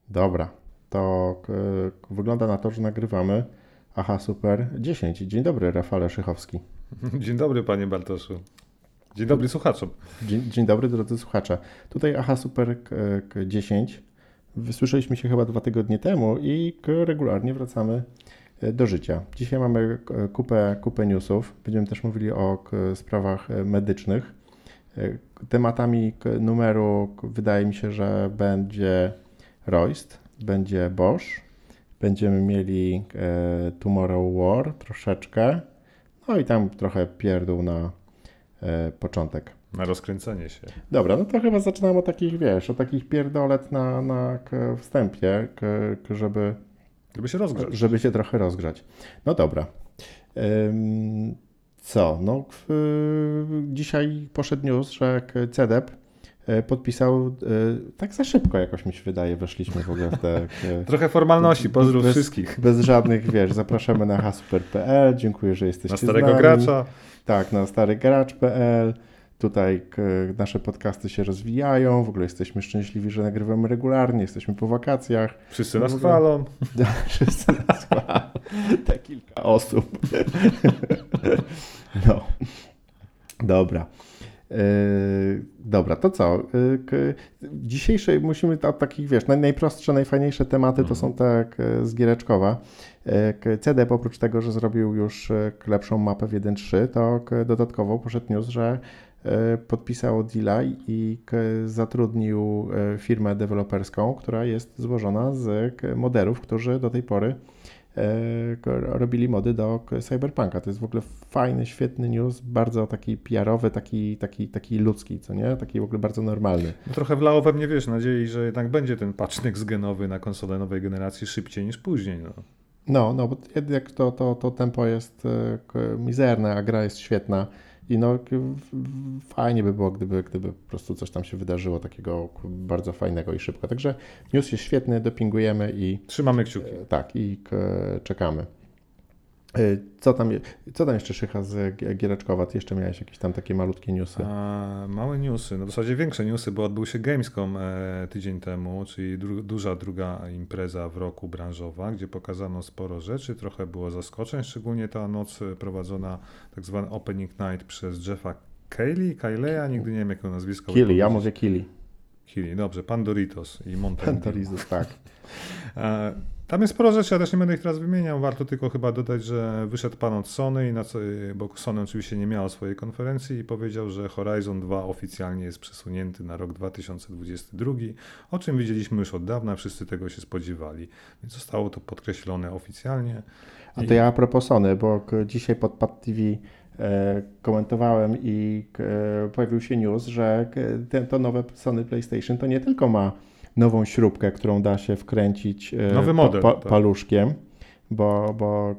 Dobra, to wygląda na to, że nagrywamy. Aha, super. 10. Dzień dobry, Rafale Szychowski. Dzień dobry, panie Bartoszu. Dzień dobry słuchaczom. Dzień dobry, drodzy słuchacze. Tutaj Aha, super 10. Wysłyszeliśmy się chyba 2 tygodnie temu i regularnie wracamy do życia. Dzisiaj mamy kupę newsów. Będziemy też mówili o sprawach medycznych. Tematami numeru wydaje mi się, że będzie Royst, będzie Bosch, będziemy mieli Tomorrow War troszeczkę, no i tam trochę pierdół na początek. Na rozkręcenie się. Dobra, no to chyba zaczynamy od takich, o takich pierdolet na wstępie, żeby się rozgrzać. Żeby się trochę rozgrzać. No dobra. Co? No, dzisiaj poszedł news, że CDEP podpisał, tak za szybko jakoś mi się wydaje, weszliśmy w ogóle w te... Trochę formalności, pozdrów wszystkich. Bez żadnych, zapraszamy na hasuper.pl, dziękuję, że jesteście na Starego z nami. Gracza. Tak, na starygracz.pl. Tutaj nasze podcasty się rozwijają, w ogóle jesteśmy szczęśliwi, że nagrywamy regularnie, jesteśmy po wakacjach. Wszyscy nas chwalą. Wszyscy nas chwalą. Te kilka osób. No. Dobra. Dobra, to co? Dzisiejszej musimy od takich, najprostsze, najfajniejsze tematy to są te z Giereczkowa. CDEP oprócz tego, że zrobił już lepszą mapę w 1.3, to dodatkowo poszedł news, że podpisał deala i zatrudnił firmę deweloperską, która jest złożona z moderów, którzy do tej pory robili mody do Cyberpunka. To jest w ogóle fajny, świetny news, bardzo taki PR-owy, taki ludzki, co nie? Taki w ogóle bardzo normalny. No trochę wlało we mnie, nadziei, że jednak będzie ten patch next-genowy na konsolę nowej generacji szybciej niż później. No, bo jednak to tempo jest mizerne, a gra jest świetna. I fajnie by było, gdyby po prostu coś tam się wydarzyło takiego bardzo fajnego i szybko. Także news jest świetny, dopingujemy i... Trzymamy kciuki. Tak, i czekamy. Co tam jeszcze, Szycha, z Giereczkowa? Ty jeszcze miałeś jakieś tam takie malutkie newsy? Małe newsy, w zasadzie większe newsy, bo odbył się Gamescom tydzień temu, czyli duża druga impreza w roku branżowa, gdzie pokazano sporo rzeczy, trochę było zaskoczeń, szczególnie ta noc prowadzona, tak zwany Opening Night przez Jeffa Keighley'a, nigdy nie wiem jakiego nazwiska. Keighley, ja mówię Keighley. Keighley, dobrze, pan Doritos i Mountain Dew. Pan Doritos, tak. Tam jest sporo rzeczy, ja też nie będę ich teraz wymieniał, warto tylko chyba dodać, że wyszedł pan od Sony, bo Sony oczywiście nie miało swojej konferencji i powiedział, że Horizon 2 oficjalnie jest przesunięty na rok 2022, o czym wiedzieliśmy już od dawna, wszyscy tego się spodziewali, więc zostało to podkreślone oficjalnie. A to ja a propos Sony, bo dzisiaj pod Pad TV komentowałem i pojawił się news, że to nowe Sony PlayStation to nie tylko ma nową śrubkę, którą da się wkręcić nowy model, paluszkiem, bo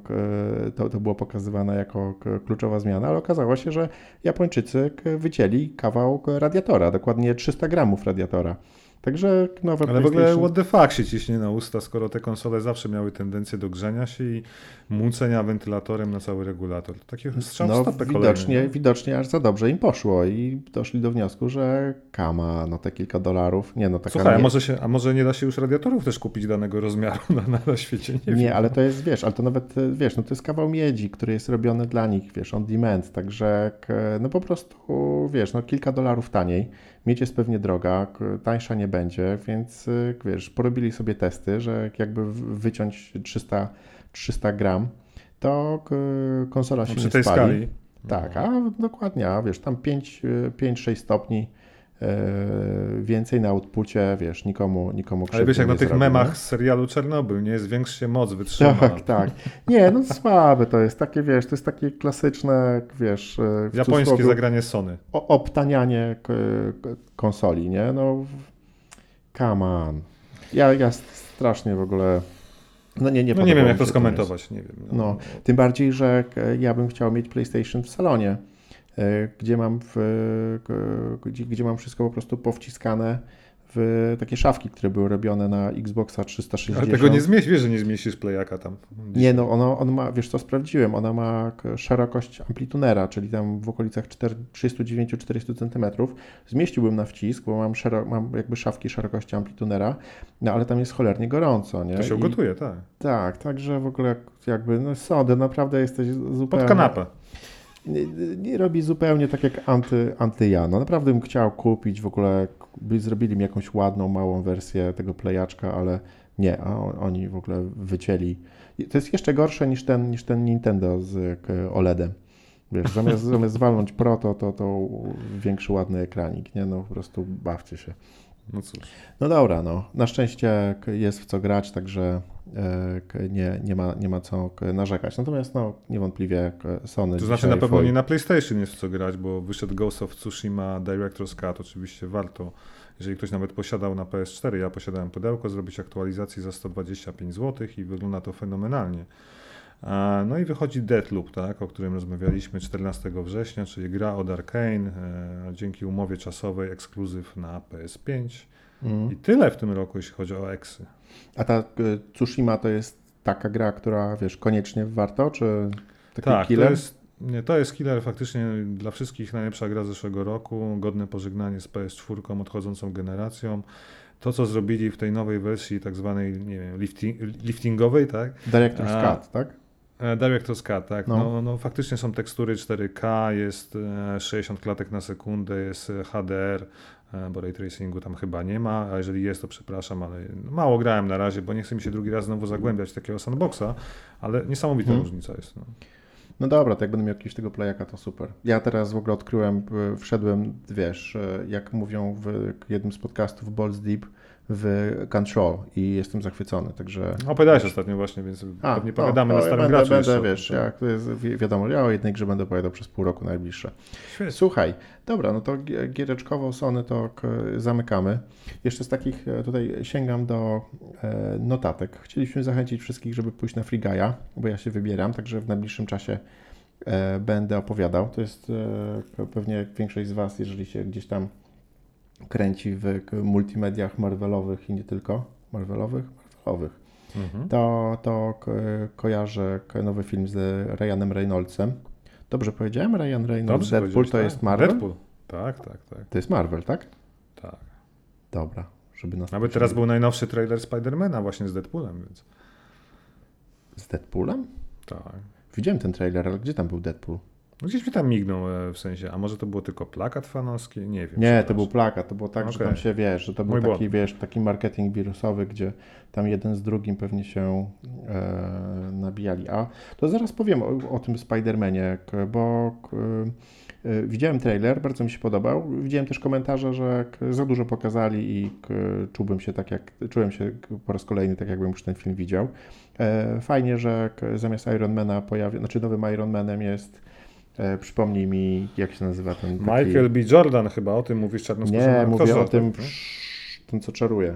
to było pokazywane jako kluczowa zmiana, ale okazało się, że Japończycy wycięli kawał radiatora, dokładnie 300 gramów radiatora. Także nowe ale PlayStation... w ogóle what the fuck się ciśnie na usta, skoro te konsole zawsze miały tendencję do grzania się i młócenia wentylatorem na cały regulator. Takie strzał w stopę widocznie aż za dobrze im poszło i doszli do wniosku, że te kilka dolarów, Słuchaj, a może nie da się już radiatorów też kupić danego rozmiaru na świecie? Nie wiem. Ale to jest, ale to nawet, to jest kawał miedzi, który jest robiony dla nich, on demand, także po prostu, kilka dolarów taniej. Miedź jest pewnie droga, tańsza nie będzie, więc porobili sobie testy, że jakby wyciąć 300 gram, to konsola się nie spali. Skali. Tak, a dokładnie, tam 5-6 stopni więcej na outpucie, nikomu ale wiesz, jak na tych zrobi, memach z serialu Czernobyl, nie? Zwiększ się moc, wytrzyma. Tak. Nie, słabe to jest takie, to jest takie klasyczne, japońskie zagranie Sony. Obtanianie konsoli, nie? Come on. Ja strasznie w ogóle... Nie wiem, jak to skomentować, nie wiem. Tym bardziej, że ja bym chciał mieć PlayStation w salonie, gdzie mam wszystko po prostu powciskane w takie szafki, które były robione na Xboxa 360. Ale tego nie zmieścisz, wiesz, że nie zmieścisz playaka tam. Nie, no on ma, wiesz co, sprawdziłem, ona ma szerokość amplitunera, czyli tam w okolicach 39-400 cm. Zmieściłbym na wcisk, bo mam jakby szafki szerokości amplitunera, no ale tam jest cholernie gorąco, nie? To się ugotuje, tak. Tak, także w ogóle jakby, no Sony, naprawdę jesteś zupełnie... Pod kanapę. Nie robi zupełnie tak jak anty ja. No naprawdę bym chciał kupić w ogóle, zrobili mi jakąś ładną, małą wersję tego playaczka, ale nie, a oni w ogóle wycięli. To jest jeszcze gorsze niż ten Nintendo z OLEDem. Wiesz, zamiast walnąć Pro, to większy, ładny ekranik, nie? No po prostu bawcie się. No cóż. No dobra, no. Na szczęście jest w co grać, także nie ma co narzekać. Natomiast no, niewątpliwie Sony To znaczy na pewno nie na PlayStation jest w co grać, bo wyszedł Ghost of Tsushima Director's Cut, oczywiście warto, jeżeli ktoś nawet posiadał na PS4, ja posiadałem pudełko, zrobić aktualizację za 125 zł i wygląda to fenomenalnie. No i wychodzi Deathloop, tak, o którym rozmawialiśmy 14 września, czyli gra od Arkane, dzięki umowie czasowej ekskluzyw na PS5. I tyle w tym roku, jeśli chodzi o eksy. A ta Tsushima to jest taka gra, która, wiesz, koniecznie warto, czy taki tak, killer? To jest killer faktycznie dla wszystkich, najlepsza gra zeszłego roku, godne pożegnanie z PS4 odchodzącą generacją. To, co zrobili w tej nowej wersji tak zwanej, nie wiem, liftingowej, tak? Director's Cut, tak? Director's Cut, tak. No, faktycznie są tekstury 4K, jest 60 klatek na sekundę, jest HDR, bo ray tracingu tam chyba nie ma, a jeżeli jest, to przepraszam, ale mało grałem na razie, bo nie chcę mi się drugi raz znowu zagłębiać w takiego sandboxa, ale niesamowita różnica jest. No dobra, to jak będę miał jakiegoś tego playaka, to super. Ja teraz w ogóle wszedłem, wiesz, jak mówią w jednym z podcastów Balls Deep, w Control i jestem zachwycony, także... Opowiadałeś ostatnio właśnie, więc pewnie pogadamy na starym graczu będę, wiesz, jak to jest, wiadomo, ja o jednej grze będę opowiadał przez pół roku najbliższe. Świetnie. Słuchaj, dobra, no to giereczkowo Sony to zamykamy. Jeszcze z takich, tutaj sięgam do notatek. Chcieliśmy zachęcić wszystkich, żeby pójść na Free Guy'a, bo ja się wybieram, także w najbliższym czasie będę opowiadał. To jest pewnie większość z Was, jeżeli się gdzieś tam kręci w multimediach Marvelowych i nie tylko Marvelowych, to kojarzę nowy film z Ryanem Reynoldsem. Dobrze powiedziałem? Ryan Reynolds, Deadpool to jest Marvel? Deadpool. Tak. To jest Marvel, tak? Tak. Dobra, żeby nas... Nawet teraz był najnowszy trailer Spidermana właśnie z Deadpoolem, więc... Z Deadpoolem? Tak. Widziałem ten trailer, ale gdzie tam był Deadpool? Gdzieś mi tam mignął w sensie, a może to było tylko plakat fanowski? Nie wiem. Nie, to był plakat, to było tak, że tam się, wiesz, że to był taki marketing wirusowy, gdzie tam jeden z drugim pewnie się nabijali. A to zaraz powiem o tym Spider-Manie, bo widziałem trailer, bardzo mi się podobał. Widziałem też komentarze, że za dużo pokazali i czułem się po raz kolejny tak, jakbym już ten film widział. Fajnie, że zamiast Ironmana nowym Ironmanem jest, przypomnij mi, jak się nazywa ten taki... Michael B. Jordan chyba, o tym mówisz, czarnoskórzany Nie, mówię o tym, co czaruje.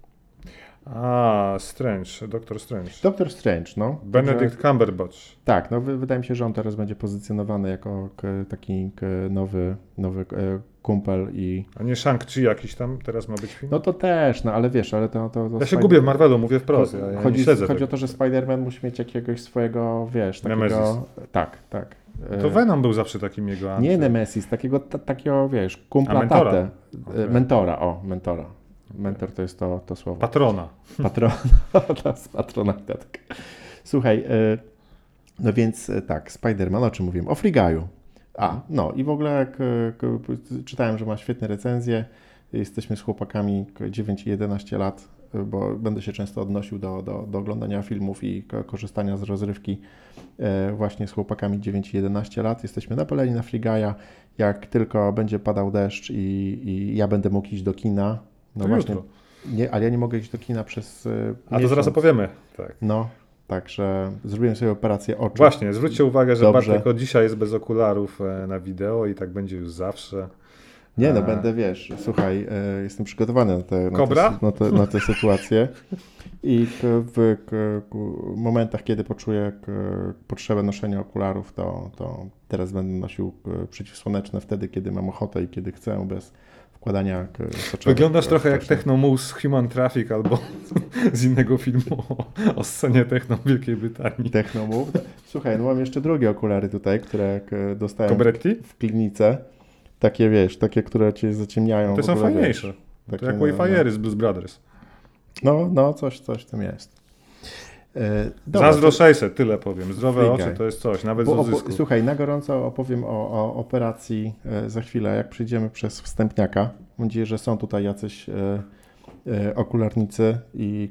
Doctor Strange. Doctor Strange, no. Benedict Cumberbatch. Tak, no wydaje mi się, że on teraz będzie pozycjonowany jako taki nowy kumpel i... A nie Shang-Chi jakiś tam teraz ma być film? No to też, no ale wiesz, ale to ja się gubię w Marvelu, mówię wprost. Chodzi o to, że Spider-Man musi mieć jakiegoś swojego, wiesz, takiego... Nemesis. Tak. To Venom był zawsze takim jego... Nie Nemesis, takiego, wiesz, kumpla, mentora. tatę. Okay. Mentora. Mentor to jest to słowo. Patrona. Z patrona, tak. Słuchaj, no więc tak, Spider-Man, o czym mówiłem? O Free Guy'u. No i w ogóle czytałem, że ma świetne recenzje. Jesteśmy z chłopakami 9 i 11 lat, bo będę się często odnosił do oglądania filmów i korzystania z rozrywki właśnie z chłopakami 9 i 11 lat. Jesteśmy napaleni na Free Guy'a. Jak tylko będzie padał deszcz i ja będę mógł iść do kina, no to właśnie, jutro. Nie, ale ja nie mogę iść do kina przez miesiąc. To zaraz opowiemy. Tak. No, także zrobiłem sobie operację oczu. Właśnie, zwróćcie uwagę, że Bartek od dzisiaj jest bez okularów na wideo i tak będzie już zawsze. Nie, no będę, wiesz, słuchaj, jestem przygotowany na tę sytuację i w momentach, kiedy poczuję potrzebę noszenia okularów, to teraz będę nosił przeciwsłoneczne wtedy, kiedy mam ochotę i kiedy chcę, bez wkładania soczewek. Wyglądasz trochę jak Technomus z Human Traffic albo z innego filmu o scenie techno w Wielkiej Brytanii. Technomove. Słuchaj, no mam jeszcze drugie okulary tutaj, które dostałem Cobretti? w klinice. Takie, wiesz, takie, które cię zaciemniają. To są fajniejsze. Takie, to jak Wayfarery z Blues Brothers. No, coś w tym jest. Zazdro 600, tyle powiem. Zdrowe oczy to jest coś, nawet z odzysku. Słuchaj, na gorąco opowiem o operacji za chwilę, jak przyjdziemy przez wstępniaka. Mam nadzieję, że są tutaj jacyś okularnicy i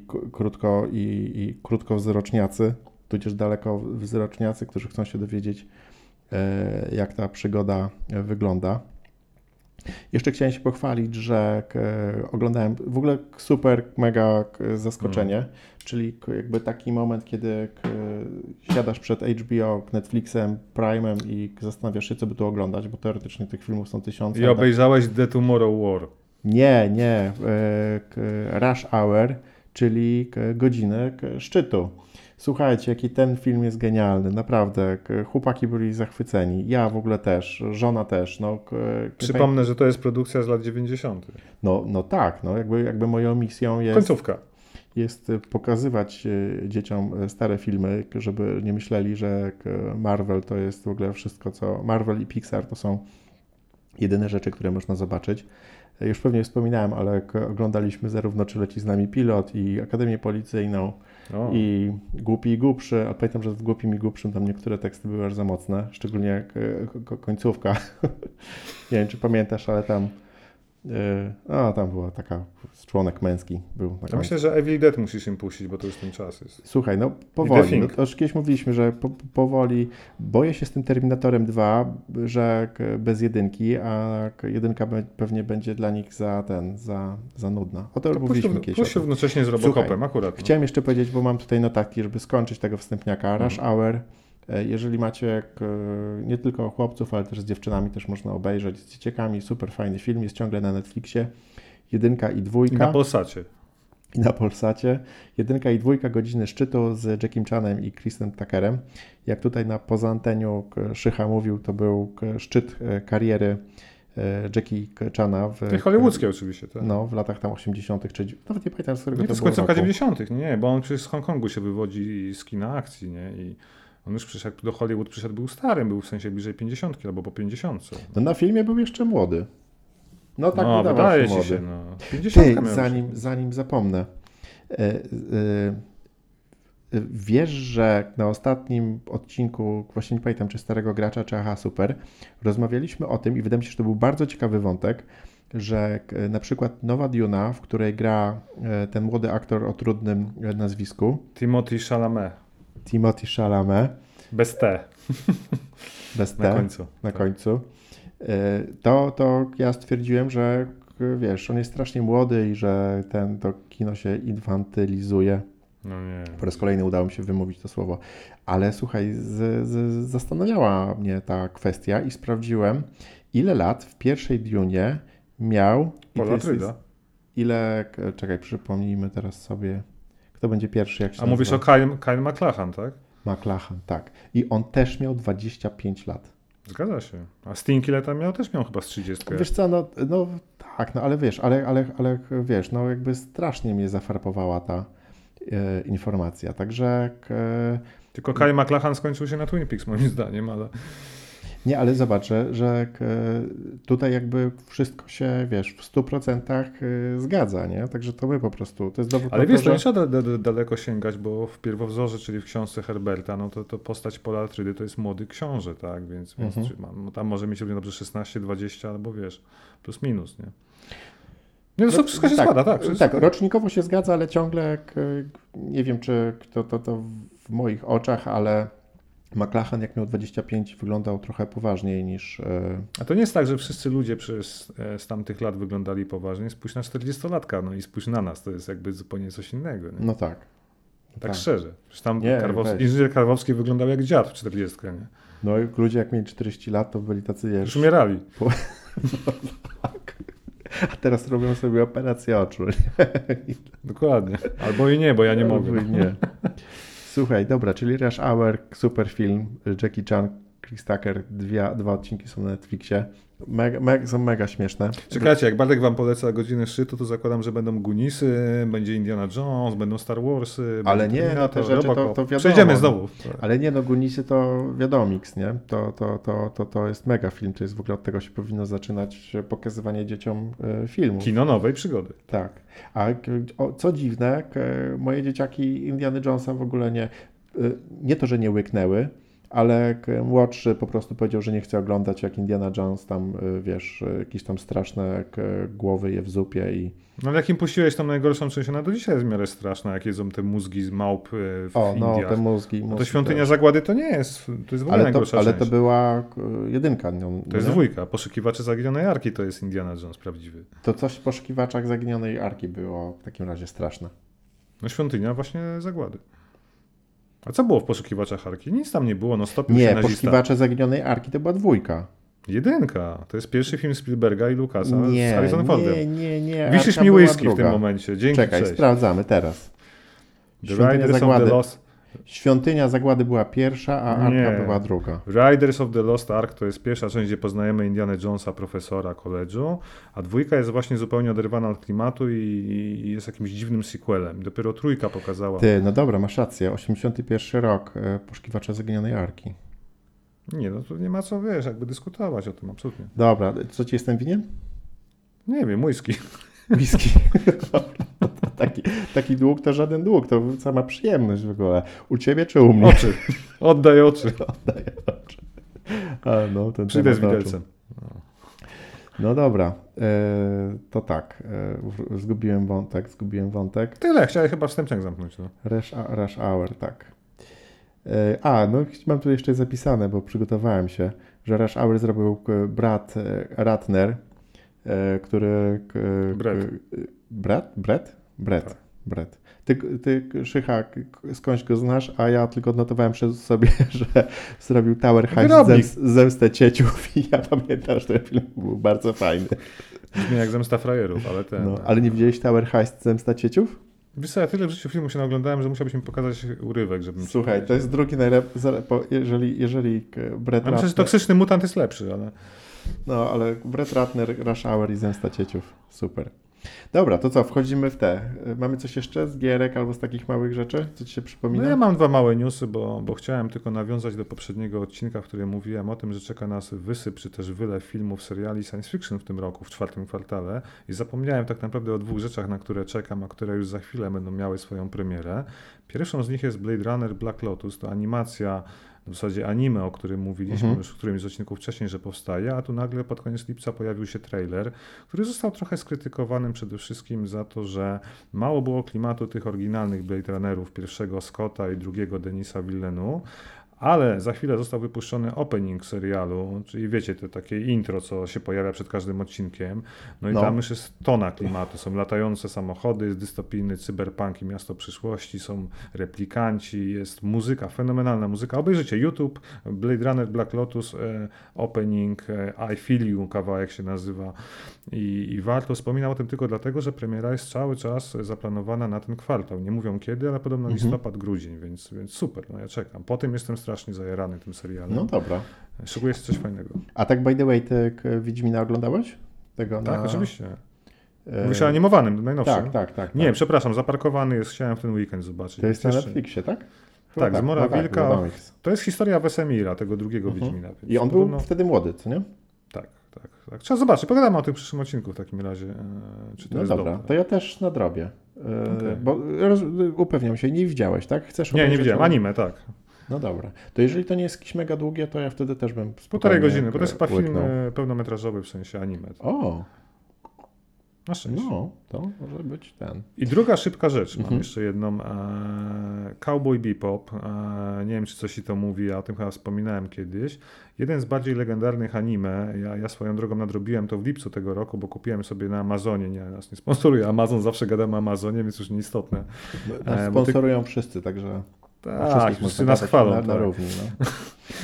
krótkowzroczniacy, tudzież dalekowzroczniacy, którzy chcą się dowiedzieć, jak ta przygoda wygląda. Jeszcze chciałem się pochwalić, że oglądałem w ogóle super, mega zaskoczenie, czyli jakby taki moment, kiedy siadasz przed HBO, Netflixem, Prime'em i zastanawiasz się, co by tu oglądać, bo teoretycznie tych filmów są tysiące. I obejrzałeś The Tomorrow War. Nie. Rush Hour, czyli godziny szczytu. Słuchajcie, jaki ten film jest genialny, naprawdę. Chłopaki byli zachwyceni, ja w ogóle też, żona też. Przypomnę, że to jest produkcja z lat 90. No tak, jakby moją misją jest... Końcówka. Jest pokazywać dzieciom stare filmy, żeby nie myśleli, że Marvel to jest w ogóle wszystko, co... Marvel i Pixar to są jedyne rzeczy, które można zobaczyć. Już pewnie wspominałem, ale oglądaliśmy zarówno Czy leci z nami pilot i Akademię Policyjną i Głupi i Głupszy, ale pamiętam, że w Głupim i Głupszym tam niektóre teksty były aż za mocne, szczególnie końcówka. Nie wiem, czy pamiętasz, ale tam tam była taka, członek męski był. Ja myślę, że Evil Dead musisz im puścić, bo to już ten czas jest. Słuchaj, powoli. To już kiedyś mówiliśmy, że powoli. Boję się z tym Terminatorem 2, że bez jedynki, a jedynka pewnie będzie dla nich za nudna. O to już mówiliśmy kiedyś. Puść równocześnie z Robocopem akurat. Chciałem jeszcze powiedzieć, bo mam tutaj notatki, żeby skończyć tego wstępniaka. Rush Hour. Jeżeli macie nie tylko chłopców, ale też z dziewczynami też można obejrzeć, z dzieciakami, super fajny film, jest ciągle na Netflixie, 1 i 2. I na Polsacie. I na Polsacie. 1 i 2 godziny szczytu z Jackiem Chanem i Chrisem Tuckerem. Jak tutaj poza antenią Szycha mówił, to był szczyt kariery Jackie Chana. Hollywoodzkie oczywiście. Tak. No, w latach tam 80., czy nawet nie pamiętam, z którego to było końcówka roku. 90., nie, bo on przecież z Hongkongu się wywodzi z kina akcji, nie, i on już przyszedł do Hollywood, był starym, był w sensie bliżej 50 albo po 50. No na filmie był jeszcze młody. No tak wydaje się ci się, młody. 50 zanim zapomnę. Wiesz, że na ostatnim odcinku, właśnie nie pamiętam, czy Starego Gracza, czy Aha Super, rozmawialiśmy o tym i wydaje mi się, że to był bardzo ciekawy wątek, że na przykład nowa Duna, w której gra ten młody aktor o trudnym nazwisku. Timothée Chalamet. Bez T. Bez T. Na końcu. To ja stwierdziłem, że wiesz, on jest strasznie młody i że to kino się infantylizuje. No nie. Po raz kolejny udało mi się wymówić to słowo. Ale słuchaj, zastanawiała mnie ta kwestia i sprawdziłem, ile lat w pierwszej Dunie miał... Paul Atreides. Czekaj, przypomnijmy teraz sobie, kto będzie pierwszy, jak się nazywa. Mówisz o Kyle MacLachlan, tak? MacLachlan, tak. I on też miał 25 lat. Zgadza się. A Sting ile tam miał? Też miał chyba z 30. Wiesz co, tak, ale wiesz, ale wiesz, jakby strasznie mnie zafarpowała ta informacja, także... Tylko Kyle MacLachlan skończył się na Twin Peaks moim zdaniem, ale... Nie, ale zobacz, że tutaj jakby wszystko się, wiesz, w 100% zgadza, nie? Także to my po prostu, to jest dowód. Ale wiesz, to nie trzeba daleko sięgać, bo w pierwowzorze, czyli w książce Herberta, no to postać Paula Atreides to jest młody książę, tak? Więc tam może mieć równie dobrze 16, 20 albo wiesz, plus minus, nie? Nie, to wszystko się składa, tak. Tak, rocznikowo się zgadza, ale ciągle nie wiem, czy to w moich oczach, ale MacLachlan jak miał 25 wyglądał trochę poważniej niż... A to nie jest tak, że wszyscy ludzie z tamtych lat wyglądali poważnie. Spójrz na 40-latka, no i spójrz na nas, to jest jakby zupełnie coś innego. Nie? No tak. Tak szczerze. Przecież tam inżynier Karwowski wyglądał jak dziad w 40, nie? No i ludzie jak mieli 40 lat, to byli tacy... Już umierali. No tak. A teraz robią sobie operację oczu. Dokładnie. Albo i nie, bo ja nie mogę. Nie. Słuchaj, dobra, czyli Rush Hour, super film, Jackie Chan, Chris Tucker, dwa odcinki są na Netflixie. Są mega śmieszne. Czekajcie, jak Bartek wam poleca Godzinę szczytu, to zakładam, że będą Gunisy, będzie Indiana Jones, będą Star Warsy, ale nie, no te rzeczy to wiadomo. Przejdziemy znowu. Ale nie, no Gunisy to wiadomiks, nie? To jest mega film, to jest w ogóle od tego się powinno zaczynać pokazywanie dzieciom filmów. Kino nowej przygody. Tak. A co dziwne, moje dzieciaki Indiana Jonesa w ogóle nie to, że nie łyknęły, ale młodszy po prostu powiedział, że nie chce oglądać, jak Indiana Jones tam, wiesz, jakieś tam straszne głowy je w zupie i... No ale jak im puściłeś tam najgorszą część, ona do dzisiaj jest w miarę straszna, jak jedzą te mózgi z małp w Indiach. No, te mózgi to Świątynia Zagłady to nie jest, to jest w ogóle najgorsza część. Ale to była jedynka. To jest dwójka, Poszukiwacze Zaginionej Arki to jest Indiana Jones prawdziwy. To coś w Poszukiwaczach Zaginionej Arki było w takim razie straszne. No Świątynia właśnie Zagłady. A co było w Poszukiwaczach Arki? Nic tam nie było, no stopił się nazista. Nie, Poszukiwacze Zaginionej Arki to była dwójka. Jedynka. To jest pierwszy film Spielberga i Lucasa z Harrison Fordem. Nie. Wisisz mi whisky w tym momencie. Dzięki, Czekaj, cześć. Sprawdzamy teraz. Świątynia Zagłady była pierwsza, a Arka była druga. Riders of the Lost Ark to jest pierwsza część, gdzie poznajemy Indiana Jonesa, profesora koledżu, a dwójka jest właśnie zupełnie oderwana od klimatu i jest jakimś dziwnym sequelem. Dopiero trójka pokazała. No dobra, masz rację. 81 rok, Poszukiwacze Zaginionej Arki. Nie, no to nie ma co, wiesz, jakby dyskutować o tym, absolutnie. Dobra, co ci jestem winien? Nie wiem, whisky. Whisky. Taki dług to żaden dług, to sama przyjemność w ogóle. U ciebie czy u mnie? Oczy. Oddaj oczy. Oddaję oczy. Przyjdę z widelcem. No dobra, to tak, zgubiłem wątek. Tyle, chciałem chyba wstępniak zamknąć. No. Rush Hour, tak. Mam tu jeszcze zapisane, bo przygotowałem się, że Rush Hour zrobił brat Ratner, który... Brett. Ty Szycha, skądś go znasz, a ja tylko odnotowałem sobie, że zrobił Tower Heist Zemstę Cieciów i ja pamiętam, że ten film był bardzo fajny. Brzmi jak Zemsta Frajerów, ale ale nie widziałeś Tower Heist Zemsta Cieciów? Wiesz co, ja tyle w życiu filmu się naglądałem, że musiałbyś mi pokazać urywek, żebym... Słuchaj, to jest drugi najlepszy, jeżeli Brett Ratner... Myślę, że Toksyczny Mutant jest lepszy, ale... No, ale Brett Ratner, Rush Hour i Zemsta Cieciów. Super. Dobra, to co, wchodzimy w te. Mamy coś jeszcze z gierek albo z takich małych rzeczy? Co ci się przypomina? No ja mam dwa małe newsy, bo chciałem tylko nawiązać do poprzedniego odcinka, w którym mówiłem o tym, że czeka nas wysyp, czy też wylew filmów, seriali science fiction w tym roku, w czwartym kwartale i zapomniałem tak naprawdę o dwóch rzeczach, na które czekam, a które już za chwilę będą miały swoją premierę. Pierwszą z nich jest Blade Runner Black Lotus, to animacja, w zasadzie anime, o którym mówiliśmy już w którymś z odcinków wcześniej, że powstaje, a tu nagle pod koniec lipca pojawił się trailer, który został trochę skrytykowany przede wszystkim za to, że mało było klimatu tych oryginalnych Blade Runnerów, pierwszego Scotta i drugiego Denisa Villeneuve'a, ale za chwilę został wypuszczony opening serialu, czyli wiecie, to takie intro, co się pojawia przed każdym odcinkiem. No i tam już jest tona klimatu. Są latające samochody, jest dystopijny cyberpunk i miasto przyszłości, są replikanci, jest muzyka, fenomenalna muzyka. Obejrzyjcie YouTube, Blade Runner Black Lotus, opening, I Feel You, kawałek się nazywa i warto. Wspominam o tym tylko dlatego, że premiera jest cały czas zaplanowana na ten kwartał. Nie mówią kiedy, ale podobno listopad, grudzień, więc super, no ja czekam. Po tym jestem strasznie zajarany tym serialem. No dobra. Szykuje się coś fajnego. A tak by the way, ty Wiedźmina oglądałeś? Tak, oczywiście. Mówisz o animowanym, najnowszym. Tak. Nie, przepraszam, zaparkowany jest, chciałem w ten weekend zobaczyć. To jest na Netflixie, tak? Tak, Zmora Wilka. To jest historia Wesemira, tego drugiego Wiedźmina. I on był wtedy młody, co nie? Tak. Trzeba zobaczyć. Pogadamy o tym w przyszłym odcinku w takim razie. Czy to jest dobra, dobre. To ja też nadrobię. Okay. Bo upewniam się, nie widziałem, tak? Chcesz nie widziałem. Anime, tak. No dobra. To jeżeli to nie jest jakieś mega długie, to ja wtedy też bym... 1,5 godziny, bo to jest chyba film pełnometrażowy, w sensie anime. O! Na szczęście. No, to może być ten. I druga szybka rzecz, mam jeszcze jedną. Cowboy Bebop. Nie wiem, czy coś ci to mówi, ja o tym chyba wspominałem kiedyś. Jeden z bardziej legendarnych anime, ja swoją drogą nadrobiłem to w lipcu tego roku, bo kupiłem sobie na Amazonie, nas nie sponsoruje Amazon, zawsze gadamy o Amazonie, więc już nieistotne. Nas sponsorują wszyscy, także... Tak, wszyscy nas chwalą. Na równi, no.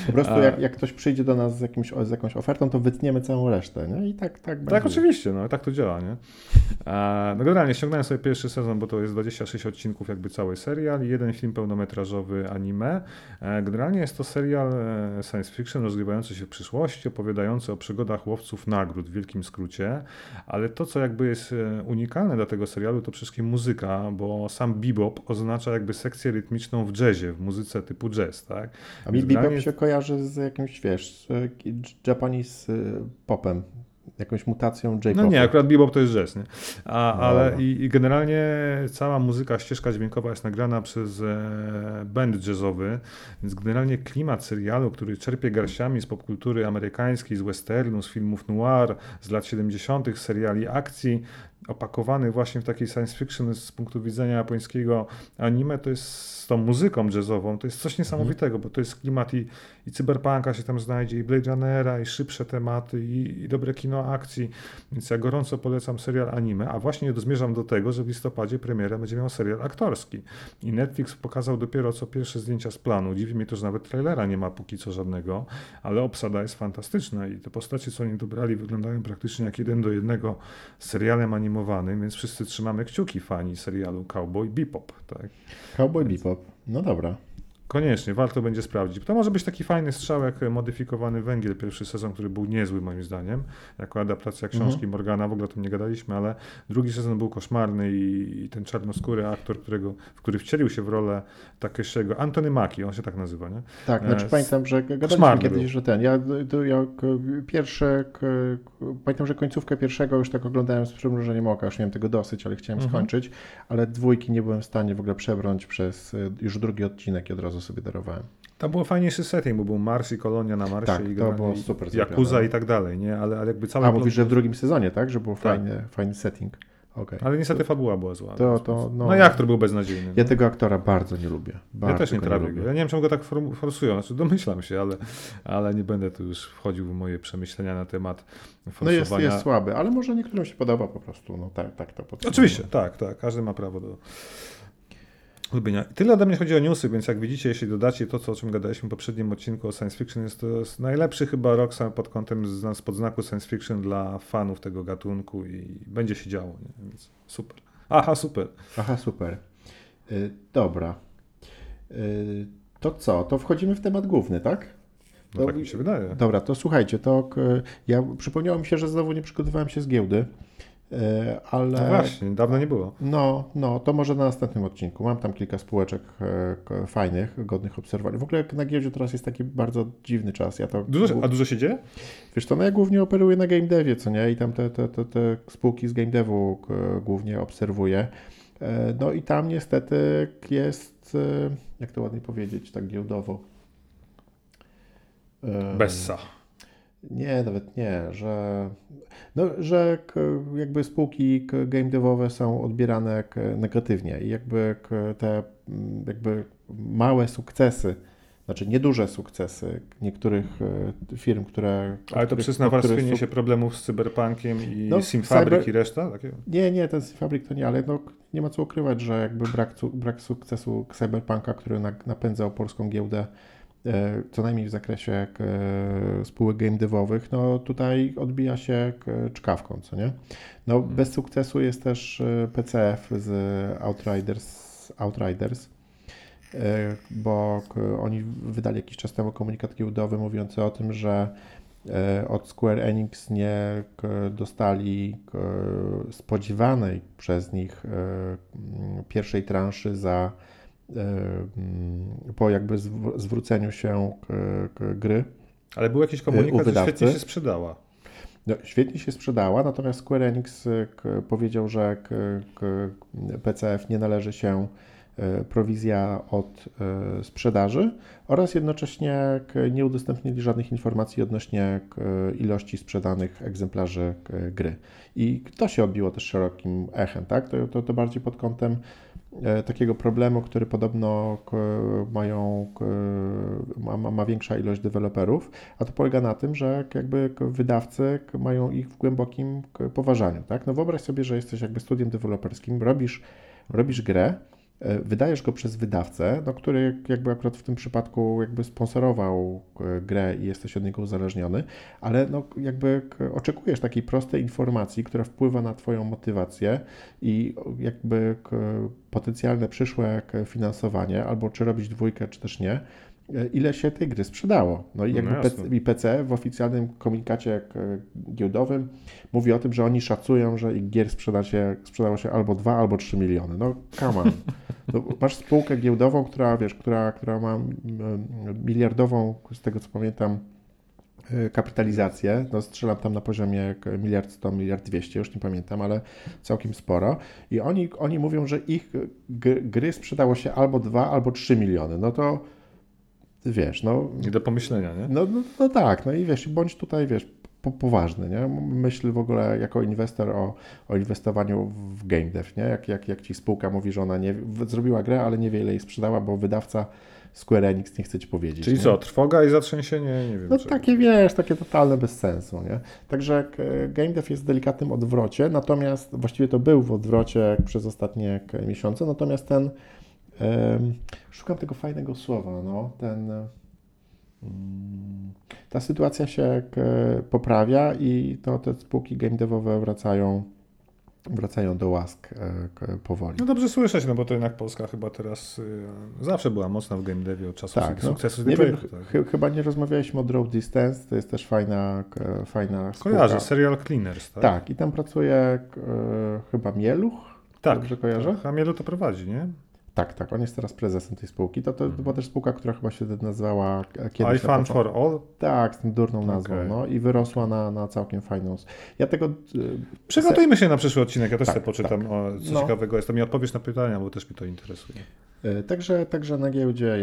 Po prostu jak ktoś przyjdzie do nas z jakąś ofertą, to wytniemy całą resztę, nie? I tak będzie. Tak, oczywiście, no tak to działa, nie? No generalnie ściągnąłem sobie pierwszy sezon, bo to jest 26 odcinków jakby cały serial i jeden film pełnometrażowy anime. Generalnie jest to serial science fiction rozgrywający się w przyszłości, opowiadający o przygodach łowców nagród w wielkim skrócie, ale to, co jakby jest unikalne dla tego serialu, to przede wszystkim muzyka, bo sam bebop oznacza jakby sekcję rytmiczną w jazzie, w muzyce typu jazz, tak? A mi bebop się kojarzy z jakimś, wiesz, Japanese popem. Jakąś mutacją J-popu. No nie, akurat bebop to jest jazz, nie? Ale i generalnie cała muzyka, ścieżka dźwiękowa jest nagrana przez band jazzowy, więc generalnie klimat serialu, który czerpie garściami z popkultury amerykańskiej, z westernu, z filmów noir, z lat 70., z seriali akcji, opakowany właśnie w takiej science fiction z punktu widzenia japońskiego anime, to jest z tą muzyką jazzową, to jest coś niesamowitego, bo to jest klimat i cyberpunka się tam znajdzie, i Blade Runnera, i szybsze tematy, i dobre kino akcji, więc ja gorąco polecam serial anime, a właśnie zmierzam do tego, że w listopadzie premierę będzie miał serial aktorski i Netflix pokazał dopiero co pierwsze zdjęcia z planu, dziwi mnie to, że nawet trailera nie ma póki co żadnego, ale obsada jest fantastyczna i te postacie, co oni dobrali, wyglądają praktycznie jak 1:1 z serialem animowanym, więc wszyscy trzymamy kciuki, fani serialu Cowboy Bebop, tak? Cowboy Bebop, no dobra. Koniecznie, warto będzie sprawdzić. To może być taki fajny strzał jak Modyfikowany Węgiel, pierwszy sezon, który był niezły moim zdaniem, jako adaptacja książki Morgana, w ogóle o tym nie gadaliśmy, ale drugi sezon był koszmarny i ten czarnoskóry aktor, który wcielił się w rolę Takeshiego, Anthony Mackie, on się tak nazywa, nie? Tak, znaczy pamiętam, że gadaliśmy kiedyś, że pamiętam, że końcówkę pierwszego już tak oglądałem z przymrużeniem oka, już miałem tego dosyć, ale chciałem skończyć, ale dwójki nie byłem w stanie w ogóle przebrnąć przez już drugi odcinek i od razu sobie darowałem. Tam był fajniejszy setting, bo był Mars i kolonia na Marsie tak, i to było super Yakuza i tak dalej, nie? Ale jakby cały mówisz, że w drugim sezonie, tak? Że był fajny setting. Okay. Ale niestety fabuła była zła. No i aktor był beznadziejny. Ja tego aktora bardzo nie lubię. Ja też nie trawię go. Ja nie wiem, czemu go tak forsują. Znaczy domyślam się, ale nie będę tu już wchodził w moje przemyślenia na temat forsowania. No jest słaby, ale może niektórym się podoba po prostu. No tak to potrzebuje. Oczywiście, tak. Każdy ma prawo do lubienia. Tyle ode mnie chodzi o newsy, więc jak widzicie, jeśli dodacie to, o czym gadaliśmy w poprzednim odcinku o science fiction, to jest najlepszy chyba rok sam pod kątem podznaku science fiction dla fanów tego gatunku i będzie się działo, nie? Więc super. Aha, super. Dobra. To co? To wchodzimy w temat główny, tak? No tak mi się wydaje. Dobra, to słuchajcie, przypomniało mi się, że znowu nie przygotowałem się z giełdy. Ale... No właśnie, dawno nie było. No, to może na następnym odcinku. Mam tam kilka spółeczek fajnych, godnych obserwowania. W ogóle na giełdzie teraz jest taki bardzo dziwny czas. Dużo się dzieje? Wiesz co, ja głównie operuję na game devie, co nie? I tam te spółki z game devu głównie obserwuję. No i tam niestety jest, jak to ładnie powiedzieć, tak giełdowo. Bessa. Nie, nawet nie, że jakby spółki game devowe są odbierane negatywnie i jakby te małe sukcesy, znaczy nieduże sukcesy niektórych firm, które... Ale to przez nawarstwienie się problemów z Cyberpunkiem i Simfabrik i reszta? Takie? Nie, ten Simfabrik to nie, ale nie ma co ukrywać, że jakby brak sukcesu Cyberpunka, który napędzał polską giełdę, co najmniej w zakresie spółek game devowych, no tutaj odbija się czkawką, co nie? No bez sukcesu jest też PCF z Outriders, bo oni wydali jakiś czas temu komunikat giełdowy mówiący o tym, że od Square Enix nie dostali spodziewanej przez nich pierwszej transzy po jakby zwróceniu się gry. Ale był jakiś komunikat, że świetnie się sprzedała. No, świetnie się sprzedała, natomiast Square Enix powiedział, że PCF nie należy się prowizja od sprzedaży oraz jednocześnie nie udostępnili żadnych informacji odnośnie ilości sprzedanych egzemplarzy gry. I to się odbiło też szerokim echem, tak? To bardziej pod kątem takiego problemu, który podobno ma większa ilość deweloperów, a to polega na tym, że jakby wydawcy mają ich w głębokim poważaniu, tak? No wyobraź sobie, że jesteś jakby studiem deweloperskim, robisz grę, wydajesz go przez wydawcę, no, który jakby akurat w tym przypadku jakby sponsorował grę i jesteś od niego uzależniony, ale no, jakby oczekujesz takiej prostej informacji, która wpływa na Twoją motywację i jakby potencjalne przyszłe finansowanie, albo czy robić dwójkę, czy też nie, ile się tej gry sprzedało. No i jakby PC w oficjalnym komunikacie giełdowym mówi o tym, że oni szacują, że ich gier sprzedało się albo 2, albo 3 miliony. No come on. No, masz spółkę giełdową, która ma miliardową, z tego co pamiętam, kapitalizację. No, strzelam tam na poziomie 1 100 200 już nie pamiętam, ale całkiem sporo. I oni mówią, że ich gry sprzedało się albo 2, albo 3 miliony. No to wiesz, no... Nie do pomyślenia, nie? No tak, no i wiesz, bądź tutaj, wiesz, poważny, nie? Myśl w ogóle jako inwestor o inwestowaniu w game dev, nie? Jak ci spółka mówi, że ona zrobiła grę, ale niewiele jej sprzedała, bo wydawca Square Enix nie chce ci powiedzieć. Czyli nie? co, trwoga i zatrzęsienie? Nie wiem. No takie, wiesz, takie totalne bez sensu, nie? Także game dev jest w delikatnym odwrocie, natomiast właściwie to był w odwrocie przez ostatnie miesiące, natomiast szukam tego fajnego słowa, no, ta sytuacja się poprawia i te spółki game devowe wracają do łask powoli. No dobrze słyszeć, no bo to jednak Polska chyba teraz zawsze była mocna w game devie od czasów sukcesu. Nie wiem, chyba nie rozmawialiśmy o Draw Distance, to jest też fajna spółka. Kojarzę, Serial Cleaners, tak? Tak, i tam pracuje chyba Mieluch, tak, dobrze kojarzę? Tak, a Mieluch to prowadzi, nie? Tak, on jest teraz prezesem tej spółki. To była też spółka, która chyba się nazywała kiedyś... iFund for All? Tak, z tym durną nazwą, no i wyrosła na całkiem fajną... Przygotujmy się na przyszły odcinek, ja też sobie poczytam, co ciekawego jest. To mi odpowiesz na pytania, bo też mi to interesuje. Także na giełdzie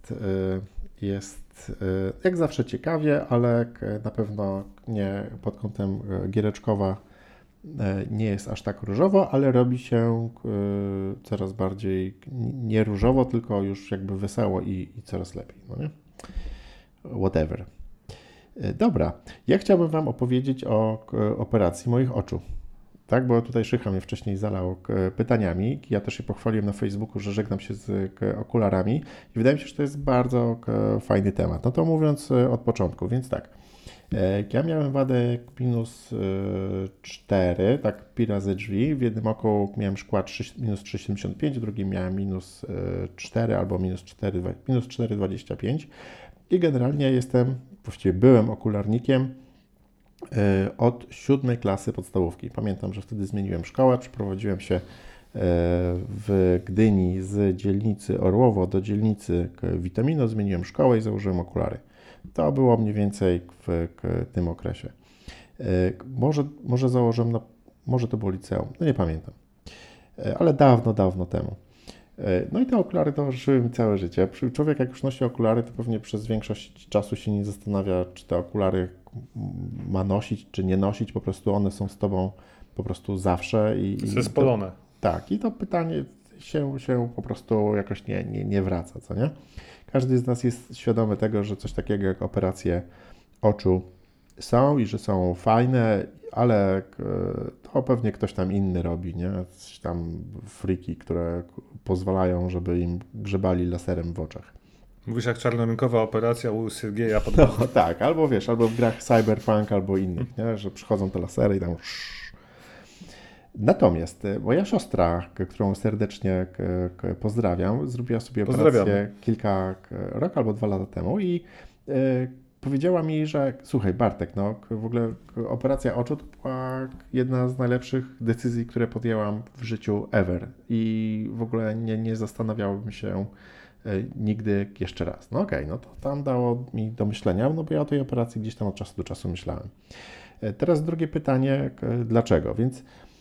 jest jak zawsze ciekawie, ale na pewno nie pod kątem giereczkowa nie jest aż tak różowo, ale robi się coraz bardziej nie różowo, tylko już jakby wesoło i coraz lepiej, no nie? Whatever. Dobra, ja chciałbym Wam opowiedzieć o operacji moich oczu. Tak, bo tutaj Szycha mnie wcześniej zalał pytaniami. Ja też się pochwaliłem na Facebooku, że żegnam się z okularami i wydaje mi się, że to jest bardzo fajny temat. No to mówiąc od początku, więc tak. Ja miałem wadę minus 4, tak pi razy drzwi. W jednym oku miałem szkła minus 3,75, w drugim miałem minus 4 albo minus 4,25 i generalnie właściwie byłem okularnikiem od 7 klasy podstawówki. Pamiętam, że wtedy zmieniłem szkołę, przeprowadziłem się w Gdyni z dzielnicy Orłowo do dzielnicy Witomino, zmieniłem szkołę i założyłem okulary. To było mniej więcej w tym okresie. Może założyłem, może to było liceum, no nie pamiętam, ale dawno temu. No i te okulary towarzyszyły mi całe życie. Człowiek jak już nosi okulary, to pewnie przez większość czasu się nie zastanawia, czy te okulary ma nosić, czy nie nosić, po prostu one są z Tobą po prostu zawsze. Zespolone. Tak, i to pytanie się po prostu jakoś nie wraca, co nie? Każdy z nas jest świadomy tego, że coś takiego jak operacje oczu są i że są fajne, ale to pewnie ktoś tam inny robi, nie? Coś tam friki, które pozwalają, żeby im grzebali laserem w oczach. Mówisz jak czarnorynkowa operacja u Sergeja pod... No tak, albo wiesz, albo w grach Cyberpunk, albo innych, nie? Że przychodzą te lasery i tam... Natomiast moja siostra, którą serdecznie pozdrawiam, zrobiła sobie operację rok albo 2 lata temu i powiedziała mi, że słuchaj Bartek, no w ogóle operacja oczu to była jedna z najlepszych decyzji, które podjęłam w życiu ever i w ogóle nie zastanawiałbym się nigdy jeszcze raz. No okej, no to tam dało mi do myślenia, no bo ja o tej operacji gdzieś tam od czasu do czasu myślałem. Teraz drugie pytanie, dlaczego? Więc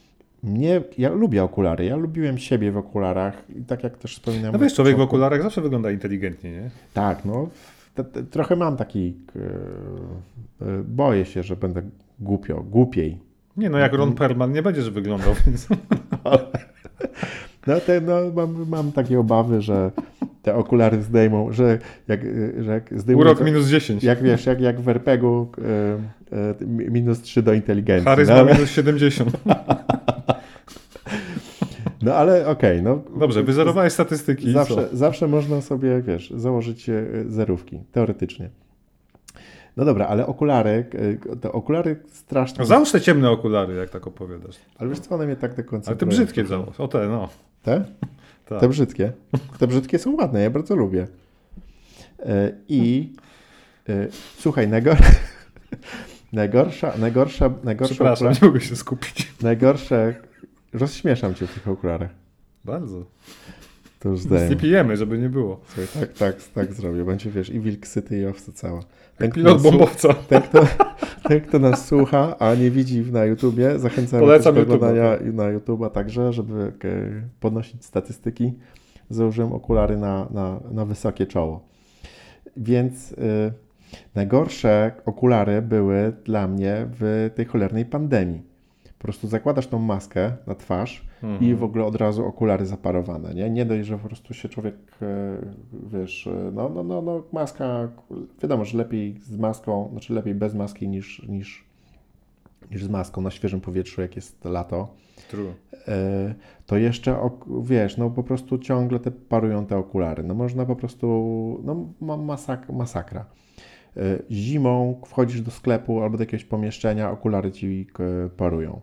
ja lubię okulary, ja lubiłem siebie w okularach i tak jak też wspominałem... No wiesz, człowiek w okularach zawsze wygląda inteligentnie, nie? Tak, no trochę mam taki... boję się, że będę głupiej. Nie, no jak Ron Perlman nie będziesz wyglądał, więc... mam takie obawy, że te okulary zdejmą, że jak zdejmą... Urok minus 10. Jak wiesz, jak w RPG-u minus 3 do inteligencji. Charyzma minus 70. No ale okej, no. Dobrze, wyzerowałeś statystyki. Zawsze można sobie, wiesz, założyć zerówki, teoretycznie. No dobra, ale te okulary strasznie... No, załóż te ciemne okulary, jak tak opowiadasz. Ale wiesz co, one mnie tak do końca... Ale te brzydkie załóż, o te, no. Te? Tak. Te brzydkie? Te brzydkie są ładne, ja bardzo lubię. Słuchaj, najgorsza... Przepraszam, nie mogę się skupić. Najgorsze... Rozśmieszam cię w tych okularach. Bardzo. To już zdaję. Nie pijemy, żeby nie było. Słuchaj, tak zrobię. Będzie, wiesz, i wilk syty, i owca cała. Pilot bombowca. Ten, kto nas słucha, a nie widzi na YouTubie, zachęcamy Polecam do oglądania na YouTube'a także, żeby podnosić statystyki. Założyłem okulary na wysokie czoło. Więc najgorsze okulary były dla mnie w tej cholernej pandemii. Po prostu zakładasz tą maskę na twarz i w ogóle od razu okulary zaparowane, nie? Nie dość, że po prostu się człowiek, wiesz, maska, wiadomo, że lepiej z maską, znaczy lepiej bez maski niż z maską na świeżym powietrzu, jak jest lato. True. To jeszcze, wiesz, no po prostu ciągle parują te okulary. No można po prostu, no masakra. Zimą wchodzisz do sklepu albo do jakiegoś pomieszczenia, okulary ci parują.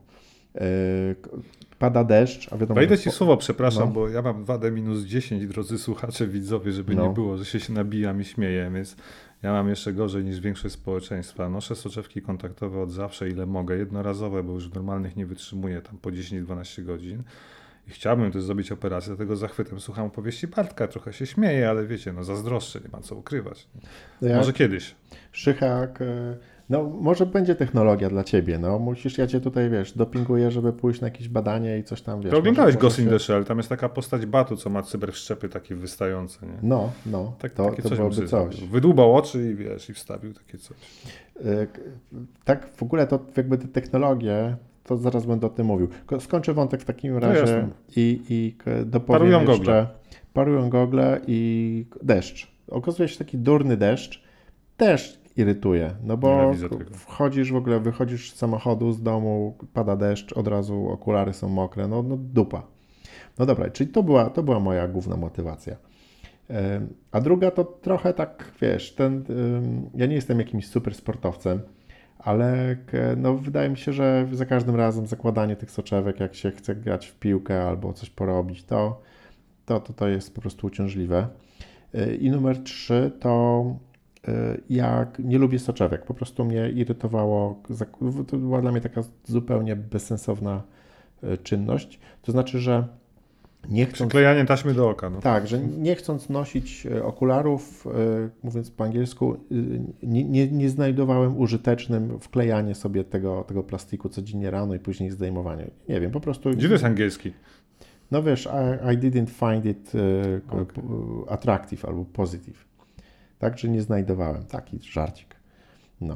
Pada deszcz, a wiadomo... Wejdę ci słowo, przepraszam, bo ja mam wadę -10, drodzy słuchacze, widzowie, żeby nie było, że się nabijam i śmieję, więc ja mam jeszcze gorzej niż większość społeczeństwa. Noszę soczewki kontaktowe od zawsze, ile mogę, jednorazowe, bo już w normalnych nie wytrzymuję, tam po 10-12 godzin. I chciałbym też zrobić operację, dlatego zachwytem słucham opowieści Bartka, trochę się śmieję, ale wiecie, no zazdroszczę, nie ma co ukrywać. Może kiedyś. Szychak, no może będzie technologia dla ciebie, no musisz, ja cię tutaj, wiesz, dopinguję, żeby pójść na jakieś badanie i coś tam, wiesz. To oglądałeś Ghost in the Shell, tam jest taka postać Batu, co ma cyberszczepy takie wystające, nie? No, takie to byłoby coś. Wydłubał oczy i wiesz, i wstawił takie coś. Tak w ogóle to jakby te technologie, to zaraz będę o tym mówił. Skończę wątek w takim razie i dopowiem jeszcze. Parują gogle i deszcz. Okazuje się taki durny deszcz. Też irytuje, no bo wchodzisz w ogóle, wychodzisz z samochodu, z domu, pada deszcz, od razu okulary są mokre, no dupa. No dobra, czyli to była moja główna motywacja. A druga to trochę tak, wiesz, ja nie jestem jakimś super sportowcem, ale no, wydaje mi się, że za każdym razem zakładanie tych soczewek, jak się chce grać w piłkę albo coś porobić, to jest po prostu uciążliwe. I numer 3 to jak nie lubię soczewek, po prostu mnie irytowało, to była dla mnie taka zupełnie bezsensowna czynność, to znaczy, że nie chcąc... Przyklejanie taśmy do oka. No. Tak, że nie chcąc nosić okularów, mówiąc po angielsku, nie znajdowałem użytecznym wklejanie sobie tego plastiku codziennie rano i później zdejmowanie. Nie wiem, po prostu... Gdzie to jest angielski? No wiesz, I didn't find it attractive albo positive. Tak, że nie znajdowałem. Taki żarcik. No.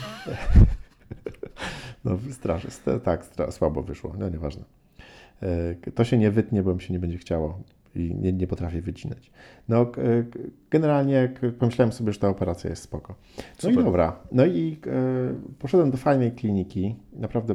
No słabo wyszło. No nieważne. To się nie wytnie, bo mi się nie będzie chciało i nie potrafię wycinać. No generalnie pomyślałem sobie, że ta operacja jest spoko. No i dobra. No i poszedłem do fajnej kliniki. Naprawdę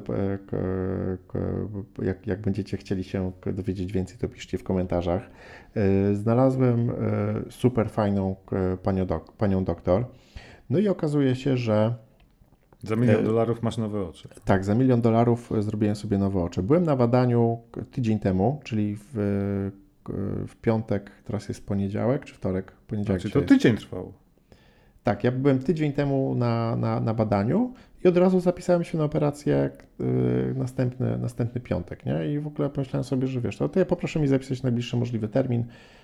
jak będziecie chcieli się dowiedzieć więcej, to piszcie w komentarzach. Znalazłem super fajną panią doktor. No i okazuje się, że za $1 milion masz nowe oczy. Tak, za $1 milion zrobiłem sobie nowe oczy. Byłem na badaniu tydzień temu, czyli w piątek, teraz jest poniedziałek, czy wtorek? Poniedziałek. Czyli to tydzień trwało. Tak, ja byłem tydzień temu na badaniu i od razu zapisałem się na operację następny piątek, nie? I w ogóle pomyślałem sobie, że wiesz, to ja poproszę mi zapisać najbliższy możliwy termin,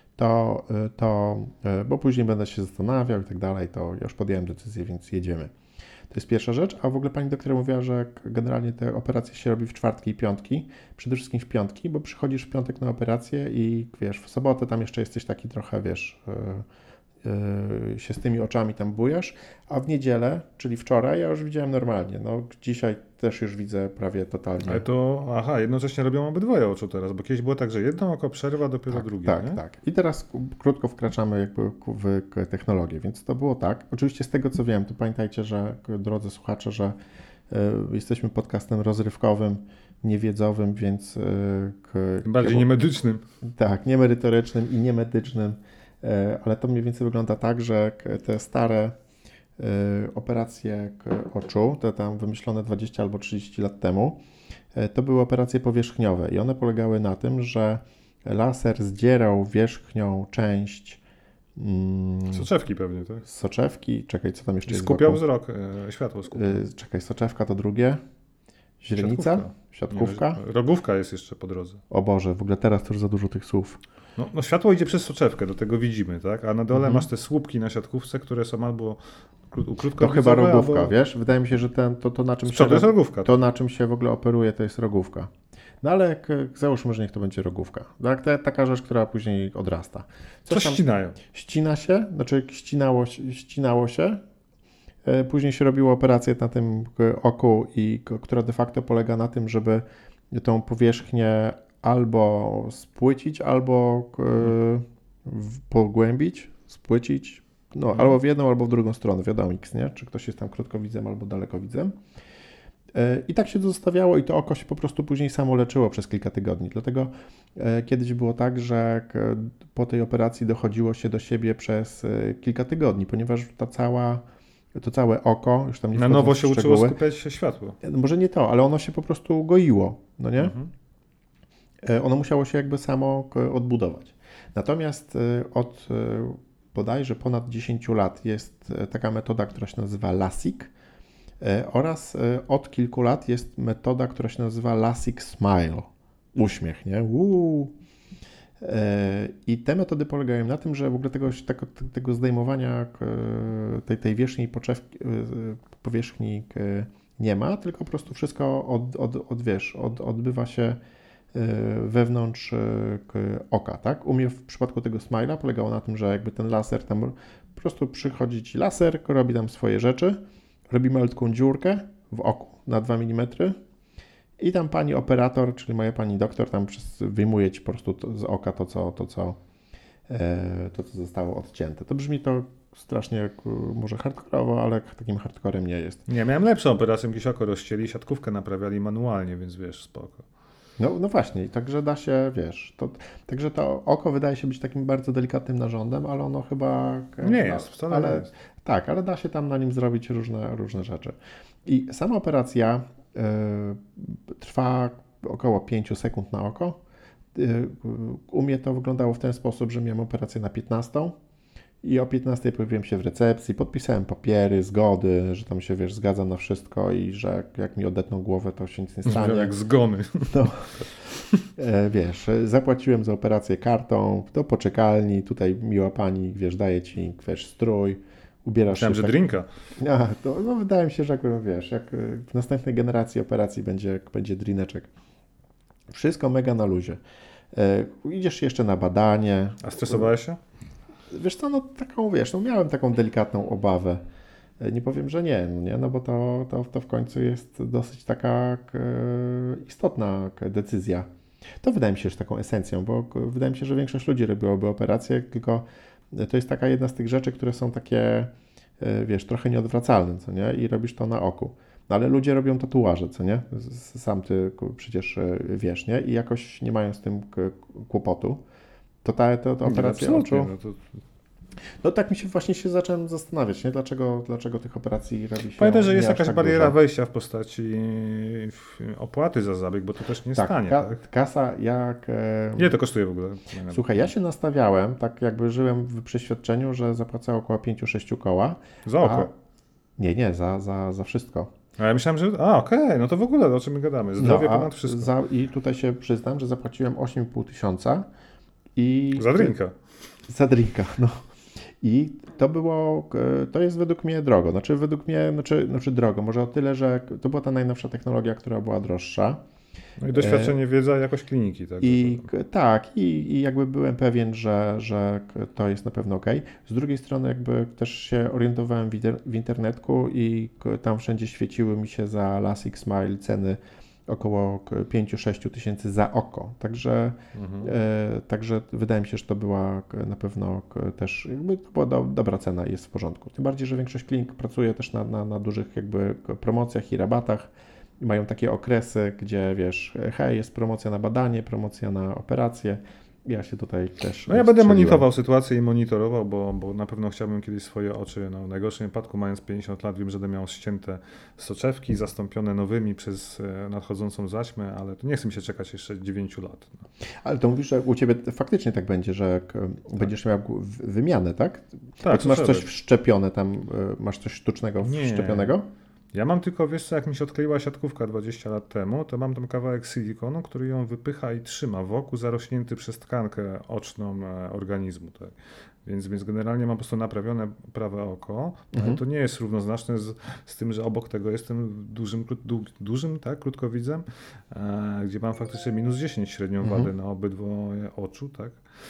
bo później będę się zastanawiał i tak dalej, to ja już podjąłem decyzję, więc jedziemy. To jest pierwsza rzecz, a w ogóle pani doktor mówiła, że generalnie te operacje się robi w czwartki i piątki, przede wszystkim w piątki, bo przychodzisz w piątek na operację i wiesz, w sobotę tam jeszcze jesteś taki trochę, wiesz, się z tymi oczami tam bujasz, a w niedzielę, czyli wczoraj, ja już widziałem normalnie, no dzisiaj też już widzę prawie totalnie. Ale to, jednocześnie robią obydwoje oczu teraz, bo kiedyś było tak, że jedno oko przerwa, dopiero drugie. Tak. I teraz krótko wkraczamy jakby w technologię, więc to było tak. Oczywiście z tego co wiem, to pamiętajcie, że drodzy słuchacze, że Jesteśmy podcastem rozrywkowym, niewiedzowym, więc... Bardziej niemedycznym. Tak, niemerytorycznym i niemedycznym, ale to mniej więcej wygląda tak, że te stare operacje oczu, te tam wymyślone 20 albo 30 lat temu, to były operacje powierzchniowe i one polegały na tym, że laser zdzierał wierzchnią część Soczewki pewnie, tak? soczewki, czekaj, co tam jeszcze jest Skupiał wokół? wzrok, światło skupiał. Czekaj, soczewka to drugie, źrenica, siatkówka. Nie, rogówka jest jeszcze po drodze. O Boże, w ogóle teraz to już za dużo tych słów. No światło idzie przez soczewkę, do tego widzimy, tak? A na dole masz te słupki na siatkówce, które są albo krótko. To chyba rogówka, wiesz? Wydaje mi się, że to na czym się... To jest rogówka. To, na czym się w ogóle operuje, to jest rogówka. No ale załóżmy, że niech to będzie rogówka. Tak? Taka rzecz, która później odrasta. Coś ścinają. Ścina się, znaczy ścinało się. Później się robiło operację na tym oku, która de facto polega na tym, żeby tą powierzchnię albo spłycić, albo pogłębić, spłycić. No, albo w jedną, albo w drugą stronę, wiadomo, nie? Czy ktoś jest tam krótkowidzem albo dalekowidzem. I tak się to zostawiało i to oko się po prostu później samo leczyło przez kilka tygodni. Dlatego kiedyś było tak, że po tej operacji dochodziło się do siebie przez kilka tygodni, ponieważ to całe oko, już tam nie na nowo się uczyło skupiać światło. Może nie to, ale ono się po prostu goiło, no nie? Ono musiało się jakby samo odbudować. Natomiast od bodajże ponad 10 lat jest taka metoda, która się nazywa LASIK oraz od kilku lat jest metoda, która się nazywa LASIK Smile. Uśmiech, nie? I te metody polegają na tym, że w ogóle tego zdejmowania tej wierzchniej powierzchni nie ma, tylko po prostu wszystko odbywa się wewnątrz oka, tak? U mnie w przypadku tego Smile'a polegało na tym, że jakby ten laser tam po prostu przychodzi ci laser, robi tam swoje rzeczy, robi malutką dziurkę w oku na 2 mm i tam pani operator, czyli moja pani doktor, tam wyjmuje ci po prostu z oka to, co zostało odcięte. To brzmi to strasznie może hardkorowo, ale takim hardcorem nie jest. Nie, miałem lepszą operację, gdzieś oko rozcięli, siatkówkę naprawiali manualnie, więc wiesz, spoko. No właśnie, także da się, wiesz, także to oko wydaje się być takim bardzo delikatnym narządem, ale ono chyba... Nie jest, wcale nie jest. Tak, ale da się tam na nim zrobić różne rzeczy. I sama operacja trwa około 5 sekund na oko. U mnie to wyglądało w ten sposób, że miałem operację na 15 i o 15 pojawiłem się w recepcji, podpisałem papiery, zgody, że tam się, wiesz, zgadzam na wszystko i że jak mi odetną głowę, to się nic nie stanie. Jak zgony. No, wiesz, zapłaciłem za operację kartą, do poczekalni, tutaj miła pani, wiesz, daje ci, wiesz, strój, ubierasz Myślałem, się... że drinka. No, wydaje mi się, że wiesz, jak w następnej generacji operacji będzie drineczek. Wszystko mega na luzie. Idziesz jeszcze na badanie. A stresowałeś się? Wiesz co, no taką, wiesz, no miałem taką delikatną obawę. Nie powiem, że nie, no bo to w końcu jest dosyć taka istotna decyzja. To wydaje mi się, że taką esencją, bo wydaje mi się, że większość ludzi robiłoby operację, tylko to jest taka jedna z tych rzeczy, które są takie, wiesz, trochę nieodwracalne, co nie? I robisz to na oku. No ale ludzie robią tatuaże, co nie? Sam ty przecież wiesz, nie? I jakoś nie mają z tym kłopotu. To ta operacja oczu... No tak mi się właśnie zacząłem zastanawiać, nie? Dlaczego tych operacji robi się... Pamiętaj, że jest aż jakaś tak bariera dużo. wejścia w postaci opłaty za zabieg, bo to też nie stanie, tak? Kasa jak... Ile to kosztuje w ogóle? Słuchaj, ja się nastawiałem, tak jakby żyłem w przeświadczeniu, że zapłacę około 5-6 koła. Za oko? Nie, za wszystko. A ja myślałem, że... okej, no to w ogóle o czym my gadamy? Zdrowie ponad wszystko. I tutaj się przyznam, że zapłaciłem 8,5 tysiąca i... Za drinka. Za drinka, no. I to jest według mnie drogo. Znaczy drogo, może o tyle, że to była ta najnowsza technologia, która była droższa. No i doświadczenie, wiedza, jakość kliniki. I jakby byłem pewien, że to jest na pewno okej. Z drugiej strony jakby też się orientowałem w internetku i tam wszędzie świeciły mi się za LASIK Smile ceny około 5-6 tysięcy za oko. Także wydaje mi się, że to była na pewno też jakby to była dobra cena i jest w porządku. Tym bardziej, że większość klinik pracuje też na dużych jakby promocjach i rabatach. I mają takie okresy, gdzie wiesz, hej, jest promocja na badanie, promocja na operację. Ja się tutaj też No ja będę monitorował sytuację i monitorował, bo na pewno chciałbym kiedyś swoje oczy, w najgorszym wypadku mając 50 lat, wiem, że będę miał ścięte soczewki, zastąpione nowymi przez nadchodzącą zaćmę, ale to nie chcę mi się czekać jeszcze 9 lat. No. Ale to mówisz, że u Ciebie faktycznie tak będzie, że będziesz miał wymianę, tak? Tak. Masz coś wszczepione tam, masz coś sztucznego wszczepionego? Ja mam tylko, wiesz co, jak mi się odkleiła siatkówka 20 lat temu, to mam tam kawałek silikonu, który ją wypycha i trzyma wokół, zarośnięty przez tkankę oczną organizmu. Tak. Więc generalnie mam po prostu naprawione prawe oko, ale to nie jest równoznaczne z tym, że obok tego jestem dużym tak, krótkowidzem, gdzie mam faktycznie minus 10 średnią wadę na obydwoje oczu, tak.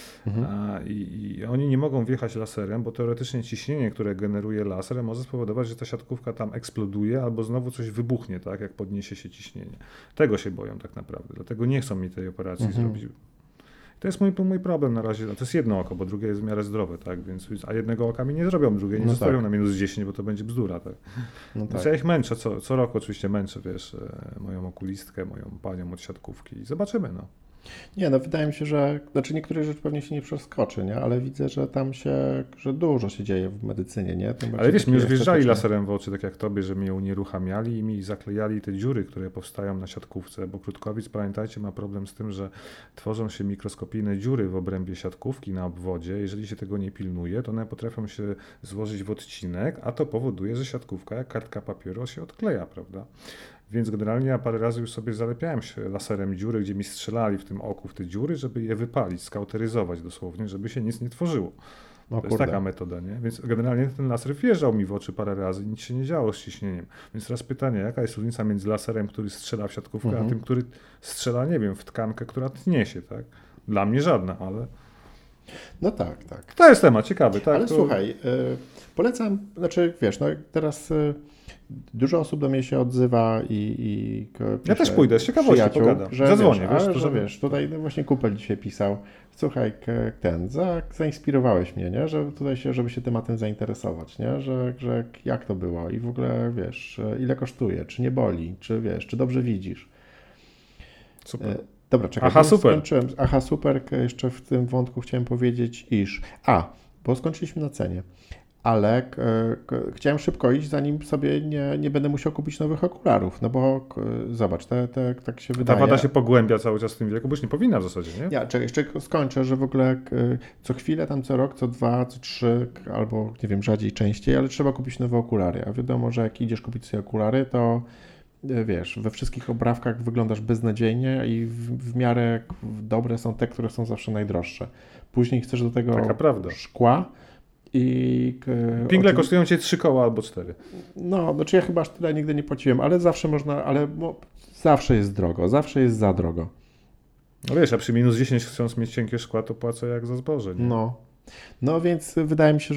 I oni nie mogą wjechać laserem, bo teoretycznie ciśnienie, które generuje laser, może spowodować, że ta siatkówka tam eksploduje albo znowu coś wybuchnie, tak, jak podniesie się ciśnienie. Tego się boją tak naprawdę, dlatego nie chcą mi tej operacji zrobić. To jest mój problem na razie. To jest jedno oko, bo drugie jest w miarę zdrowe, tak? A jednego oka mi nie zrobią, drugie nie zostawią na minus 10, bo to będzie bzdura, tak? Więc ja ich męczę, co roku oczywiście męczę, wiesz, moją okulistkę, moją panią od siatkówki i zobaczymy, no. Nie, no wydaje mi się, że, znaczy niektórych rzeczy pewnie się nie przeskoczy, nie? Ale widzę, że tam że dużo się dzieje w medycynie, nie? Ale wiesz, mi już wjeżdżali laserem w oczy, tak jak tobie, że mnie unieruchamiali i mi zaklejali te dziury, które powstają na siatkówce, bo krótkowic, pamiętajcie, ma problem z tym, że tworzą się mikroskopijne dziury w obrębie siatkówki na obwodzie. Jeżeli się tego nie pilnuje, to one potrafią się złożyć w odcinek, a to powoduje, że siatkówka jak kartka papieru się odkleja, prawda? Więc generalnie ja parę razy już sobie zalepiałem się laserem dziury, gdzie mi strzelali w tym oku w te dziury, żeby je wypalić, skauteryzować dosłownie, żeby się nic nie tworzyło. To jest taka metoda, nie? Więc generalnie ten laser wjeżdżał mi w oczy parę razy i nic się nie działo z ciśnieniem. Więc teraz pytanie, jaka jest różnica między laserem, który strzela w siatkówkę, a tym, który strzela, nie wiem, w tkankę, która tnie się, tak? Dla mnie żadna, ale... No tak. To jest temat ciekawy, tak? Ale słuchaj, polecam, znaczy wiesz, no teraz... Dużo osób do mnie się odzywa i ja też pójdę, z ciekawości pogadam. Zadzwonię, wiesz, tutaj właśnie Kupel dzisiaj pisał, słuchaj, zainspirowałeś mnie, nie? Żeby się tematem zainteresować, nie? Że jak to było i w ogóle, wiesz, ile kosztuje, czy nie boli, czy wiesz, czy dobrze widzisz. Super. Dobra, czekaj, skończyłem. Super, jeszcze w tym wątku chciałem powiedzieć, bo skończyliśmy na cenie. Ale chciałem szybko iść, zanim sobie nie będę musiał kupić nowych okularów, no bo zobacz, tak się wydaje. Ta wada się pogłębia cały czas w tym wieku, bo już nie powinna w zasadzie, nie? Ja jeszcze skończę, że w ogóle co chwilę, tam co rok, co 2, co 3, albo nie wiem, rzadziej, częściej, ale trzeba kupić nowe okulary, a wiadomo, że jak idziesz kupić sobie okulary, to wiesz, we wszystkich oprawkach wyglądasz beznadziejnie i w miarę dobre są te, które są zawsze najdroższe. Później chcesz do tego szkła, pingle kosztują cię 3 koła albo 4. No, znaczy ja chyba aż tyle nigdy nie płaciłem, ale zawsze można, zawsze jest drogo, zawsze jest za drogo. No wiesz, a przy minus 10 chcąc mieć cienkie szkła, to płacę jak za zboże, nie? No więc wydaje mi się,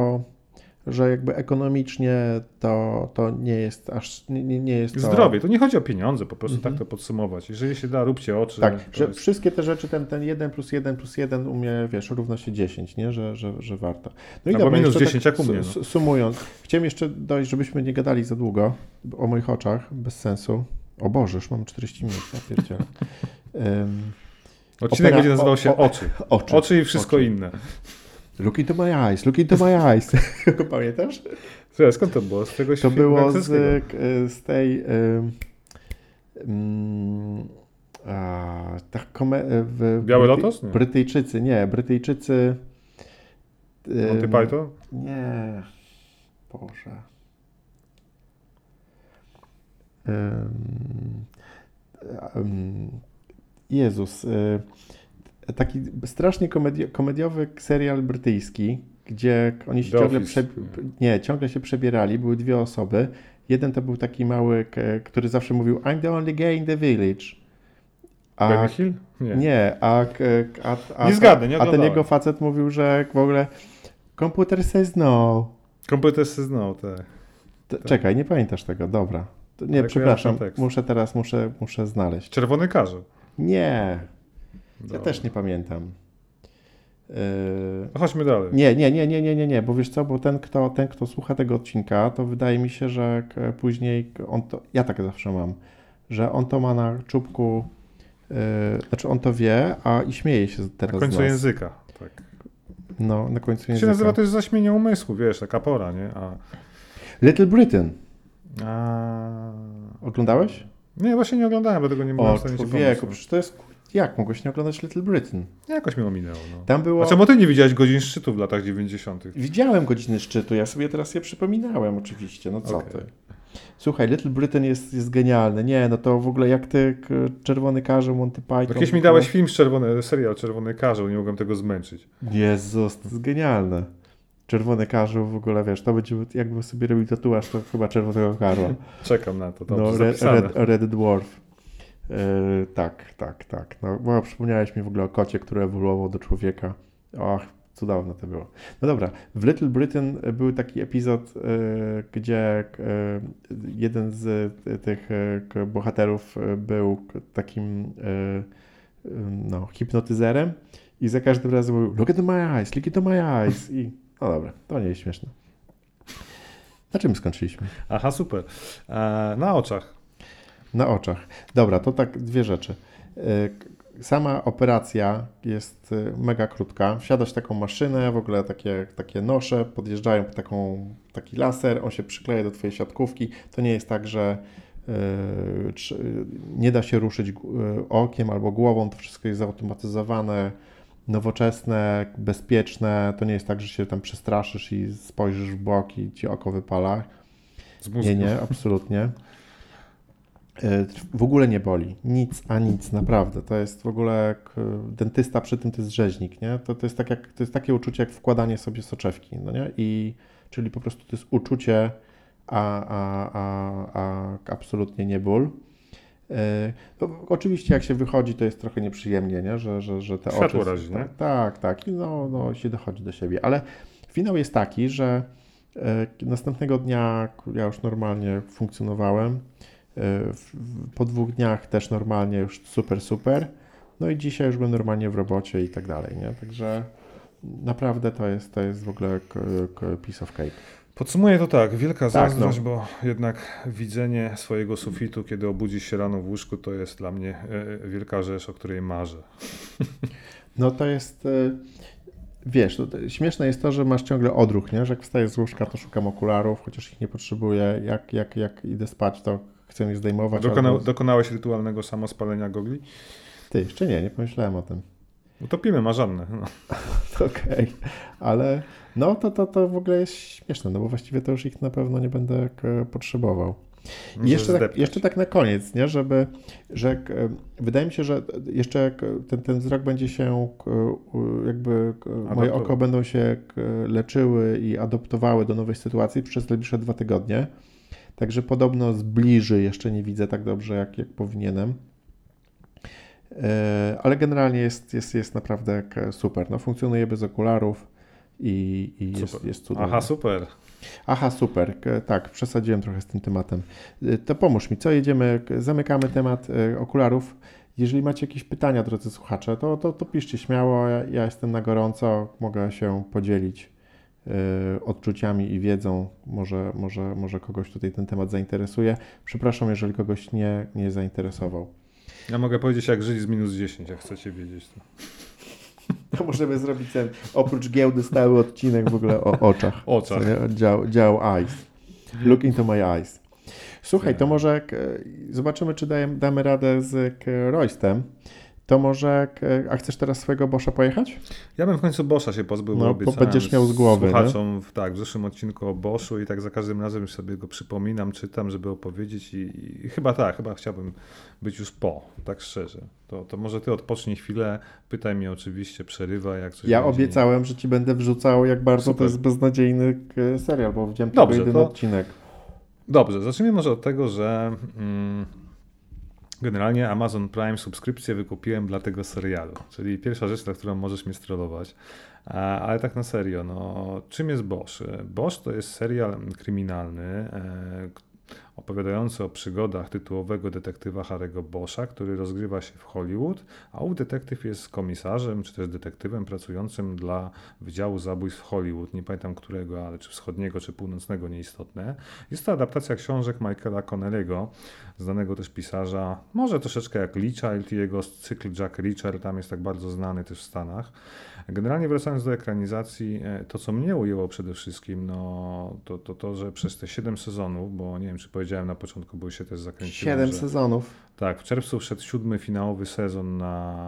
że jakby ekonomicznie to nie jest aż, nie jest to... Zdrowie, to nie chodzi o pieniądze, po prostu tak to podsumować. Jeżeli się da, róbcie oczy. Tak, że wszystkie te rzeczy, ten 1 + 1 + 1 u mnie, wiesz, równa się 10, nie? Że warto. No i dobra, minus 10 jak u mnie. Sumując, chciałem jeszcze dojść, żebyśmy nie gadali za długo o moich oczach, bez sensu. O Boże, już mam 40 minut, ja pierdzielę. Odcinek będzie nazywał się Oczy i wszystko inne. Look into my eyes, look into my eyes. Pamiętasz? Skąd to było? Z tego to było z tej... Biały Lotos? Nie. Brytyjczycy... Monty Python? Nie. Boże. Jezus. Taki strasznie komediowy serial brytyjski, gdzie oni się ciągle się przebierali, były 2 osoby. Jeden to był taki mały, który zawsze mówił I'm the only gay in the village. Benny Hill? Nie, nie zgadnę, nie a ten jego facet mówił, że w ogóle computer says no. Computer says no, tak. Czekaj, nie pamiętasz tego, dobra. Nie, przepraszam, muszę znaleźć. Czerwony Karzeł. Nie, Dobra. ja też nie pamiętam. Chodźmy dalej. Nie, bo wiesz co, bo ten, kto słucha tego odcinka, to wydaje mi się, że później ja tak zawsze mam, że on to ma na czubku, znaczy on to wie, i śmieje się teraz na końcu z nas. języka, tak. No, na końcu języka. Się nazywa to jest zaśmienie umysłu, wiesz, taka pora, nie? Little Britain. Oglądałeś? Nie, właśnie nie oglądałem, dlatego nie mogłem sobie człowieku, przecież to jest... Jak mogłeś nie oglądać Little Britain? Jakoś mnie ominęło. No. Tam było... A czemu ty nie widziałeś godzin szczytu w latach 90.? Widziałem godziny szczytu, ja sobie teraz je przypominałem oczywiście, no co ty. Słuchaj, Little Britain jest genialny. Nie, no to w ogóle jak ty Czerwony Karzeł, Monty Python... Jakieś mi dałeś film serial Czerwony Karzeł, nie mogłem tego zmęczyć. Jezus, to jest genialne. Czerwony Karzeł w ogóle, wiesz, to będzie, jakby sobie robił tatuaż, to chyba Czerwonego Karła. Czekam na to, dobrze Red Dwarf. Tak. No, bo przypomniałeś mi w ogóle o kocie, który ewoluował do człowieka. Och, cudowne to było. No dobra, w Little Britain był taki epizod, gdzie jeden z tych bohaterów był takim hipnotyzerem i za każdym razem mówił look into my eyes i no dobra, to nie jest śmieszne. Na czym skończyliśmy? Aha, super. Na oczach. Na oczach. Dobra, to tak dwie rzeczy. Sama operacja jest mega krótka. Wsiadasz w taką maszynę, w ogóle takie nosze, podjeżdżają po taki laser, on się przykleja do twojej siatkówki. To nie jest tak, że nie da się ruszyć okiem albo głową, to wszystko jest zautomatyzowane, nowoczesne, bezpieczne. To nie jest tak, że się tam przestraszysz i spojrzysz w bok i ci oko wypala. Nie, absolutnie. W ogóle nie boli. Nic, naprawdę. To jest w ogóle dentysta przy tym to jest rzeźnik, nie? To jest takie uczucie jak wkładanie sobie soczewki, no nie? Czyli po prostu to jest uczucie, a absolutnie nie ból. No, oczywiście jak się wychodzi, to jest trochę nieprzyjemnie, nie? Że te światło oczy... razi, nie? Tak. I no się dochodzi do siebie. Ale finał jest taki, że następnego dnia ja już normalnie funkcjonowałem. Po 2 dniach też normalnie już super. No i dzisiaj już byłem normalnie w robocie i tak dalej, nie? Także naprawdę to jest w ogóle piece of cake. Podsumuję to tak, wielka zazdrość, bo jednak widzenie swojego sufitu, kiedy obudzisz się rano w łóżku, to jest dla mnie wielka rzecz, o której marzę. No to jest... Wiesz, śmieszne jest to, że masz ciągle odruch, nie? Że jak wstaję z łóżka, to szukam okularów, chociaż ich nie potrzebuję. Jak idę spać, to chcę je zdejmować. Dokonałeś rytualnego samospalenia gogli? Ty, jeszcze nie pomyślałem o tym. Utopimy marzannę. No. Okej, ale no to w ogóle jest śmieszne, no bo właściwie to już ich na pewno nie będę potrzebował. I jeszcze tak na koniec, nie? Że wydaje mi się, że jeszcze ten wzrok będzie się jakby moje oko będą się leczyły i adoptowały do nowej sytuacji przez najbliższe 2 tygodnie. Także podobno zbliży, jeszcze nie widzę tak dobrze, jak powinienem. Ale generalnie jest naprawdę super. No, funkcjonuje bez okularów i jest cudownie. Aha, super. Tak, przesadziłem trochę z tym tematem. To pomóż mi, co jedziemy, zamykamy temat okularów. Jeżeli macie jakieś pytania, drodzy słuchacze, to piszcie śmiało, ja jestem na gorąco, mogę się podzielić odczuciami i wiedzą. Może kogoś tutaj ten temat zainteresuje. Przepraszam, jeżeli kogoś nie zainteresował. Ja mogę powiedzieć, jak żyć z -10, jak chcecie wiedzieć. To możemy zrobić oprócz giełdy stały odcinek w ogóle o oczach. Dział eyes. Look into my eyes. Słuchaj, to może zobaczymy, czy damy radę z Roystem. To może, a chcesz teraz swojego Boscha pojechać? Ja bym w końcu Boscha się pozbył, bo będziesz miał z głowy. Słuchaczom w zeszłym odcinku o Boschu i tak za każdym razem już sobie go przypominam, czytam, żeby opowiedzieć i chyba chciałbym być już tak szczerze. To może ty odpocznij chwilę, pytaj mnie oczywiście, przerywaj jak coś. Ja obiecałem, że ci będę wrzucał, jak bardzo to jest beznadziejny serial, bo widziałem tylko jeden odcinek. Dobrze, zacznijmy może od tego, że generalnie Amazon Prime subskrypcję wykupiłem dla tego serialu, czyli pierwsza rzecz, na którą możesz mnie strollować, ale tak na serio, no czym jest Bosch? Bosch to jest serial kryminalny opowiadający o przygodach tytułowego detektywa Harry'ego Boscha, który rozgrywa się w Hollywood, a ów detektyw jest komisarzem, czy też detektywem pracującym dla Wydziału Zabójstw w Hollywood, nie pamiętam którego, ale czy wschodniego, czy północnego, nieistotne. Jest to adaptacja książek Michaela Connelly'ego, znanego też pisarza, może troszeczkę jak Lee Child i jego cykl Jack Reacher, tam jest tak bardzo znany też w Stanach. Generalnie wracając do ekranizacji, to co mnie ujęło przede wszystkim, no to, że przez te 7 sezonów, bo nie wiem czy powiedziałem na początku, bo się też zakręciłem. 7 sezonów. Tak, w czerwcu wszedł 7. finałowy sezon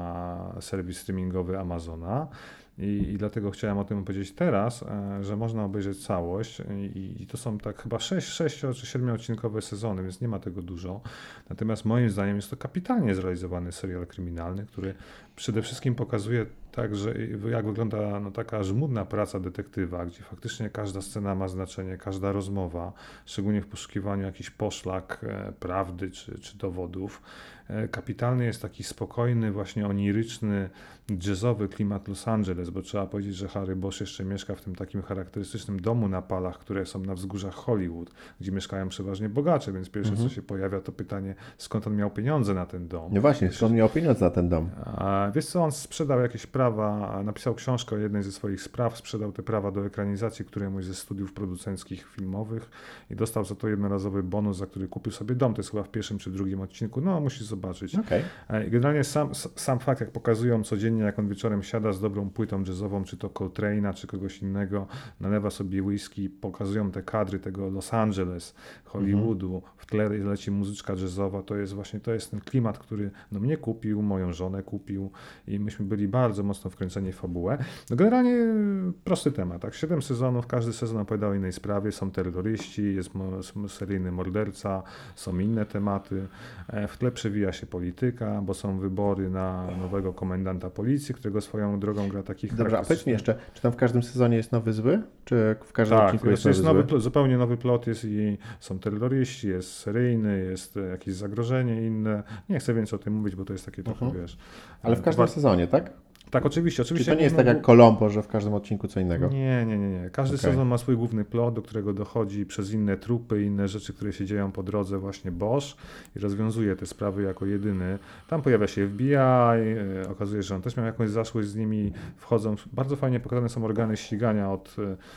na serwis streamingowy Amazona. I dlatego chciałem o tym powiedzieć teraz, że można obejrzeć całość i to są tak chyba 6 czy 7 odcinkowe sezony, więc nie ma tego dużo. Natomiast moim zdaniem jest to kapitalnie zrealizowany serial kryminalny, który przede wszystkim pokazuje tak, że jak wygląda taka żmudna praca detektywa, gdzie faktycznie każda scena ma znaczenie, każda rozmowa, szczególnie w poszukiwaniu jakichś poszlak prawdy czy dowodów. Kapitalny jest taki spokojny, właśnie oniryczny, jazzowy klimat Los Angeles, bo trzeba powiedzieć, że Harry Bosch jeszcze mieszka w tym takim charakterystycznym domu na palach, które są na wzgórzach Hollywood, gdzie mieszkają przeważnie bogacze, więc pierwsze co się pojawia to pytanie, skąd on miał pieniądze na ten dom. No właśnie, skąd miał pieniądze na ten dom? Wiesz co, on sprzedał jakieś prawa, napisał książkę o jednej ze swoich spraw, sprzedał te prawa do ekranizacji któremuś ze studiów producenckich filmowych i dostał za to jednorazowy bonus, za który kupił sobie dom. To jest chyba w pierwszym czy drugim odcinku. No, musisz zobaczyć. Okay. Generalnie sam fakt, jak pokazują codziennie, jak on wieczorem siada z dobrą płytą jazzową, czy to Coltrane'a, czy kogoś innego, nalewa sobie whisky, pokazują te kadry tego Los Angeles, Hollywoodu, w tle leci muzyczka jazzowa, to jest ten klimat, który mnie kupił, moją żonę kupił i myśmy byli bardzo mocno wkręceni w fabułę. No generalnie prosty temat, tak? 7 sezonów, każdy sezon opowiada o innej sprawie, są terroryści, jest seryjny morderca, są inne tematy, w tle przewija się polityka, bo są wybory na nowego komendanta policji, którego swoją drogą gra takich... Dobra, a powiedz mi jeszcze, czy tam w każdym sezonie jest nowy zły? Czy w każdym odcinku jest nowy zły? Zupełnie nowy plot jest i są terroryści, jest seryjny, jest jakieś zagrożenie inne. Nie chcę więcej o tym mówić, bo to jest takie trochę, wiesz... Ale w każdym sezonie, tak? Tak, oczywiście. Czyli to nie jest tak jak Columbo, że w każdym odcinku co innego? Nie. Każdy sezon ma swój główny plot, do którego dochodzi przez inne trupy, inne rzeczy, które się dzieją po drodze właśnie Bosch i rozwiązuje te sprawy jako jedyny. Tam pojawia się FBI, okazuje się, że on też miał jakąś zaszłość z nimi, wchodzą, bardzo fajnie pokazane są organy ścigania od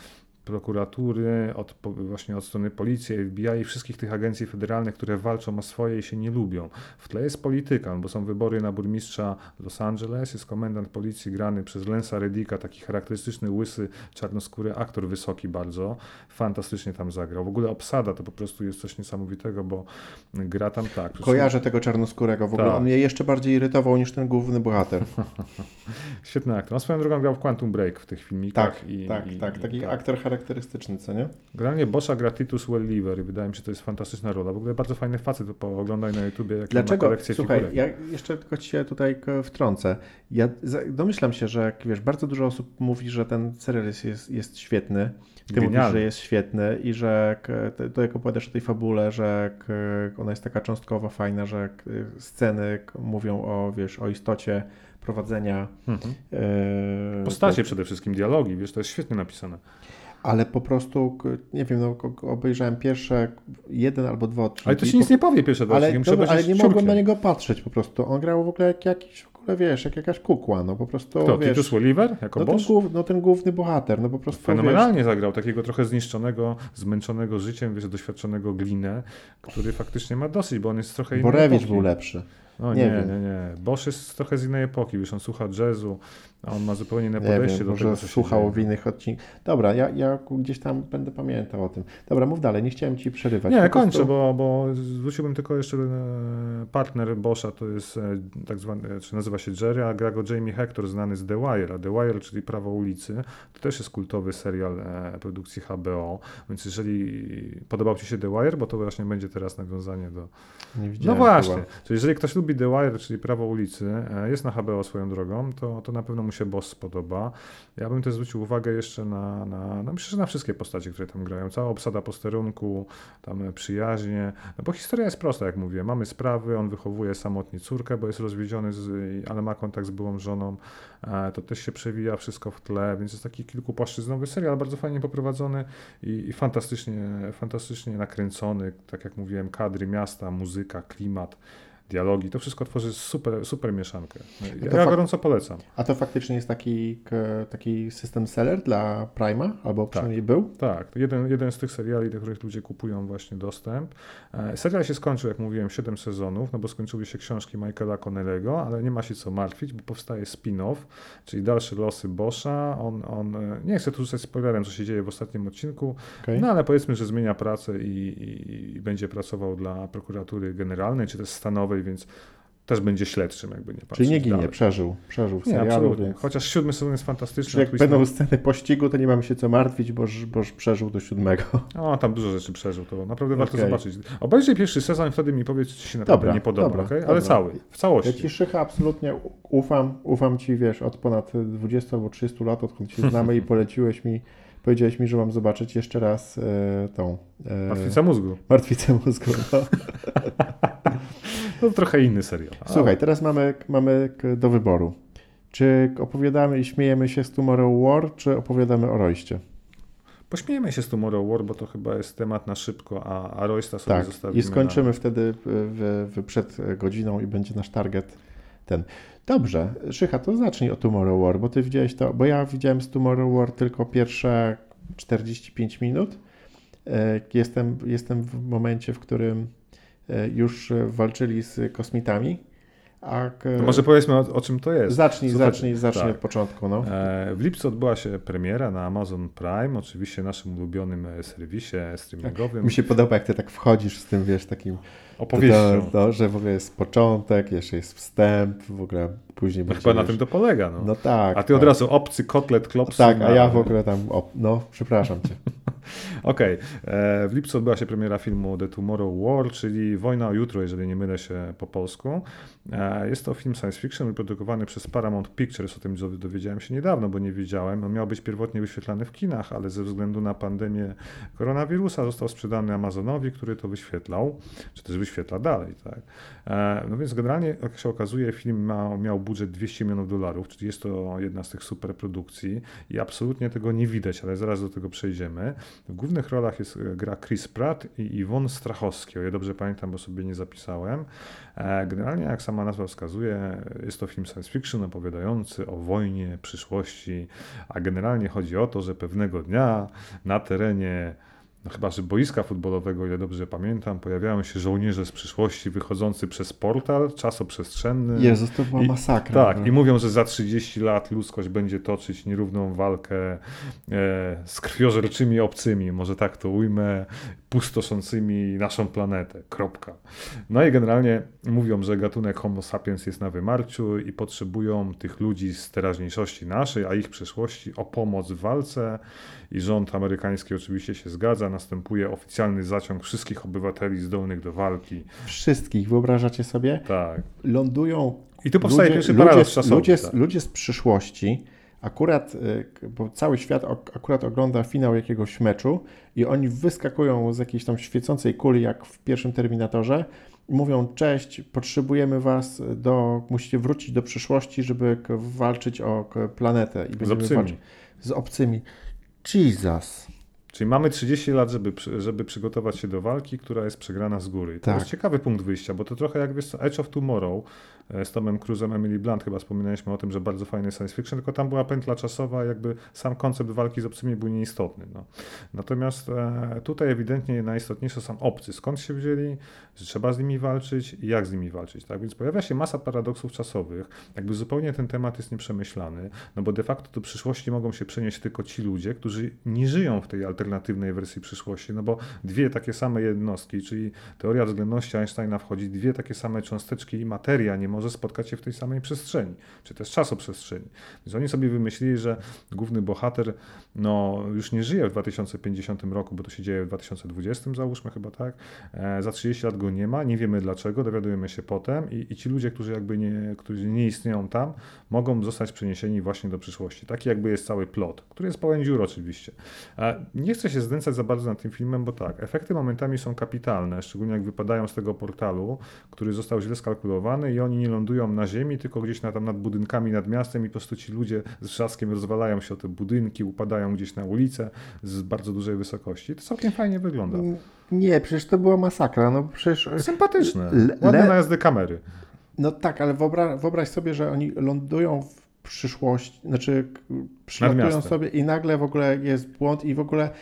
prokuratury, właśnie od strony policji, FBI i wszystkich tych agencji federalnych, które walczą o swoje i się nie lubią. W tle jest polityka, bo są wybory na burmistrza Los Angeles, jest komendant policji grany przez Lensa Reddicka, taki charakterystyczny, łysy, czarnoskóry aktor, wysoki bardzo, fantastycznie tam zagrał. W ogóle obsada to po prostu jest coś niesamowitego, bo gra tam tak. Kojarzę tego czarnoskórego, w ogóle on mnie jeszcze bardziej irytował niż ten główny bohater. Świetny aktor. On swoją drogą grał w Quantum Break w tych filmikach. Taki aktor charakterystyczny, co nie? Generalnie Boscha gra Titus Welliver i wydaje mi się, że to jest fantastyczna rola. W ogóle bardzo fajny facet, to pooglądaj na YouTubie, jak ma kolekcję Słuchaj, figurek. ja jeszcze tylko cię tutaj wtrącę. Ja domyślam się, że wiesz, bardzo dużo osób mówi, że ten serial jest świetny. Ty mówisz, że jest świetny i że to jak opowiadasz o tej fabule, że ona jest taka cząstkowa, fajna, że sceny mówią o istocie prowadzenia. Postacie przede wszystkim, dialogi, wiesz, to jest świetnie napisane. Ale po prostu, nie wiem, obejrzałem pierwsze 1 albo 2 odcinki. Ale to się nic nie powie pierwsze 2 odcinki. Ale nie mogłem na niego patrzeć po prostu. On grał w ogóle jak jakiś, wiesz, jak jakaś kukła, no po prostu. Kto, Titus Welliver jako Bosch? Ten główny bohater, no po prostu. Fenomenalnie zagrał, takiego trochę zniszczonego, zmęczonego życiem, wiesz, doświadczonego glinę, który faktycznie ma dosyć, bo on jest trochę inny. Borewicz był lepszy. No nie. Bosch jest trochę z innej epoki, wiesz, on słucha jazzu, a on ma zupełnie inne podejście do tego, co się słuchał w innych odcinkach. Dobra, ja gdzieś tam będę pamiętał o tym. Dobra, mów dalej, nie chciałem ci przerywać. Nie, kończę, bo zwróciłbym tylko jeszcze partner Boscha, to jest tak zwany, czy nazywa się Jerry, a gra go Jamie Hector, znany z The Wire. A The Wire, czyli Prawo ulicy, to też jest kultowy serial produkcji HBO, więc jeżeli podobał ci się The Wire, bo to właśnie będzie teraz nawiązanie do... Nie widziałem. No właśnie, czyli jeżeli ktoś lubi lubi The Wire, czyli Prawo ulicy, jest na HBO swoją drogą, to na pewno mu się Boss spodoba. Ja bym też zwrócił uwagę jeszcze no myślę, że na wszystkie postacie, które tam grają. Cała obsada posterunku, tam przyjaźnie, no bo historia jest prosta, jak mówię. Mamy sprawy, on wychowuje samotnie córkę, bo jest rozwiedziony, ale ma kontakt z byłą żoną. To też się przewija wszystko w tle, więc jest taki kilkupłaszczyznowy serial, bardzo fajnie poprowadzony i fantastycznie nakręcony. Tak jak mówiłem, kadry miasta, muzyka, klimat, dialogi, to wszystko tworzy super mieszankę. Ja gorąco polecam. A to faktycznie jest taki system seller dla Prime'a? Albo przynajmniej był? Tak, jeden z tych seriali, do których ludzie kupują właśnie dostęp. Serial się skończył, jak mówiłem, 7 sezonów, no bo skończyły się książki Michaela Connelly'ego, ale nie ma się co martwić, bo powstaje spin-off, czyli dalsze losy Boscha. On nie chcę tu rzucać spoilerem, co się dzieje w ostatnim odcinku, no ale powiedzmy, że zmienia pracę i będzie pracował dla prokuratury generalnej, czy też stanowej, więc też będzie śledczym, jakby nie patrzeć. Czyli nie ginie, dalej. przeżył w serialu. Absolutnie. Więc... Chociaż 7 sezon jest fantastyczny. Czyli jak będą sceny pościgu, to nie mamy się co martwić, bo przeżył do 7. O, tam dużo rzeczy przeżył, to naprawdę warto zobaczyć. Obejrzyj pierwszy sezon i wtedy mi powiedz, czy ci się naprawdę nie podoba, okay? Ale w całości. Ja ci, Szycha, absolutnie ufam ci, wiesz, od ponad 20 albo 30 lat, odkąd się znamy i powiedziałeś mi, że mam zobaczyć jeszcze raz tą... Martwica mózgu. Martwicę mózgu, no. To trochę inny serial. Słuchaj, teraz mamy do wyboru. Czy opowiadamy i śmiejemy się z Tomorrow War, czy opowiadamy o Royście? Pośmiejmy się z Tomorrow War, bo to chyba jest temat na szybko, a Roysta sobie zostawimy. I skończymy wtedy przed godziną i będzie nasz target ten. Dobrze, Szycha, to zacznij o Tomorrow War, bo ty widziałeś to, bo ja widziałem z Tomorrow War tylko pierwsze 45 minut. Jestem w momencie, w którym już walczyli z kosmitami. To może powiedzmy, o czym to jest. Zacznij od początku. No. W lipcu odbyła się premiera na Amazon Prime, oczywiście naszym ulubionym serwisie streamingowym. Mi się podoba, jak ty tak wchodzisz z tym, wiesz, takim opowieścią. że w ogóle jest początek, jeszcze jest wstęp, w ogóle później będzie... Chyba na tym to polega. No tak. A ty od razu obcy kotlet klopsu. Tak, a ja w ogóle tam... przepraszam cię. Okej. W lipcu odbyła się premiera filmu The Tomorrow War, czyli Wojna o jutro, jeżeli nie mylę się po polsku. Jest to film science fiction wyprodukowany przez Paramount Pictures, o tym dowiedziałem się niedawno, bo nie wiedziałem. On miał być pierwotnie wyświetlany w kinach, ale ze względu na pandemię koronawirusa został sprzedany Amazonowi, który to wyświetlał, czy też wyświetla dalej. Tak? No więc generalnie, jak się okazuje, film miał budżet $200 milionów, czyli jest to jedna z tych superprodukcji i absolutnie tego nie widać, ale zaraz do tego przejdziemy. W głównych rolach gra Chris Pratt i Yvonne Strachowski, o ile dobrze pamiętam, bo sobie nie zapisałem. Generalnie, jak sama nazwa wskazuje, jest to film science fiction opowiadający o wojnie, przyszłości, a generalnie chodzi o to, że pewnego dnia na terenie chyba że boiska futbolowego, o ile dobrze pamiętam, pojawiają się żołnierze z przyszłości wychodzący przez portal czasoprzestrzenny. Jezus, to była masakra. Tak, i mówią, że za 30 lat ludzkość będzie toczyć nierówną walkę z krwiożerczymi obcymi, może tak to ujmę, pustoszącymi naszą planetę. Kropka. No i generalnie mówią, że gatunek Homo sapiens jest na wymarciu i potrzebują tych ludzi z teraźniejszości naszej, a ich przyszłości o pomoc w walce i rząd amerykański oczywiście się zgadza. Następuje oficjalny zaciąg wszystkich obywateli zdolnych do walki. Wszystkich, wyobrażacie sobie? Tak. Lądują... I tu powstaje pierwszy paradoks czasowy. Ludzie z przyszłości, akurat, bo cały świat akurat ogląda finał jakiegoś meczu i oni wyskakują z jakiejś tam świecącej kuli, jak w pierwszym Terminatorze, i mówią: cześć, potrzebujemy was, musicie wrócić do przyszłości, żeby walczyć o planetę. I z obcymi. Z obcymi. Jesus. Czyli mamy 30 lat, żeby przygotować się do walki, która jest przegrana z góry. To jest ciekawy punkt wyjścia, bo to trochę jak wiesz, Edge of Tomorrow z Tomem Cruise'em, Emily Blunt, chyba wspominaliśmy o tym, że bardzo fajny science fiction, tylko tam była pętla czasowa, jakby sam koncept walki z obcymi był nieistotny. No. Natomiast tutaj ewidentnie najistotniejsze są obcy. Skąd się wzięli, że trzeba z nimi walczyć i jak z nimi walczyć. Tak? Więc pojawia się masa paradoksów czasowych, jakby zupełnie ten temat jest nieprzemyślany, no bo de facto do przyszłości mogą się przenieść tylko ci ludzie, którzy nie żyją w tej alternatywnej wersji przyszłości, no bo dwie takie same jednostki, czyli teoria względności Einsteina wchodzi, dwie takie same cząsteczki i materia nie może może spotkać się w tej samej przestrzeni, czy też czasoprzestrzeni. Więc oni sobie wymyślili, że główny bohater już nie żyje w 2050 roku, bo to się dzieje w 2020, załóżmy chyba, tak? Za 30 lat go nie ma, nie wiemy dlaczego, dowiadujemy się potem i ci ludzie, którzy nie istnieją tam, mogą zostać przeniesieni właśnie do przyszłości. Taki jakby jest cały plot, który jest pełen dziur oczywiście. Nie chcę się znęcać za bardzo nad tym filmem, bo tak, efekty momentami są kapitalne, szczególnie jak wypadają z tego portalu, który został źle skalkulowany i oni nie lądują na ziemi, tylko gdzieś nad budynkami, nad miastem i po prostu ci ludzie z wrzaskiem rozwalają się o te budynki, upadają gdzieś na ulicę z bardzo dużej wysokości. To całkiem fajnie wygląda. Nie, przecież to była masakra. No przecież... Sympatyczne. Ładne najazdy kamery. No tak, ale wyobraź sobie, że oni lądują w przyszłości, znaczy przylatują sobie i nagle w ogóle jest błąd i w ogóle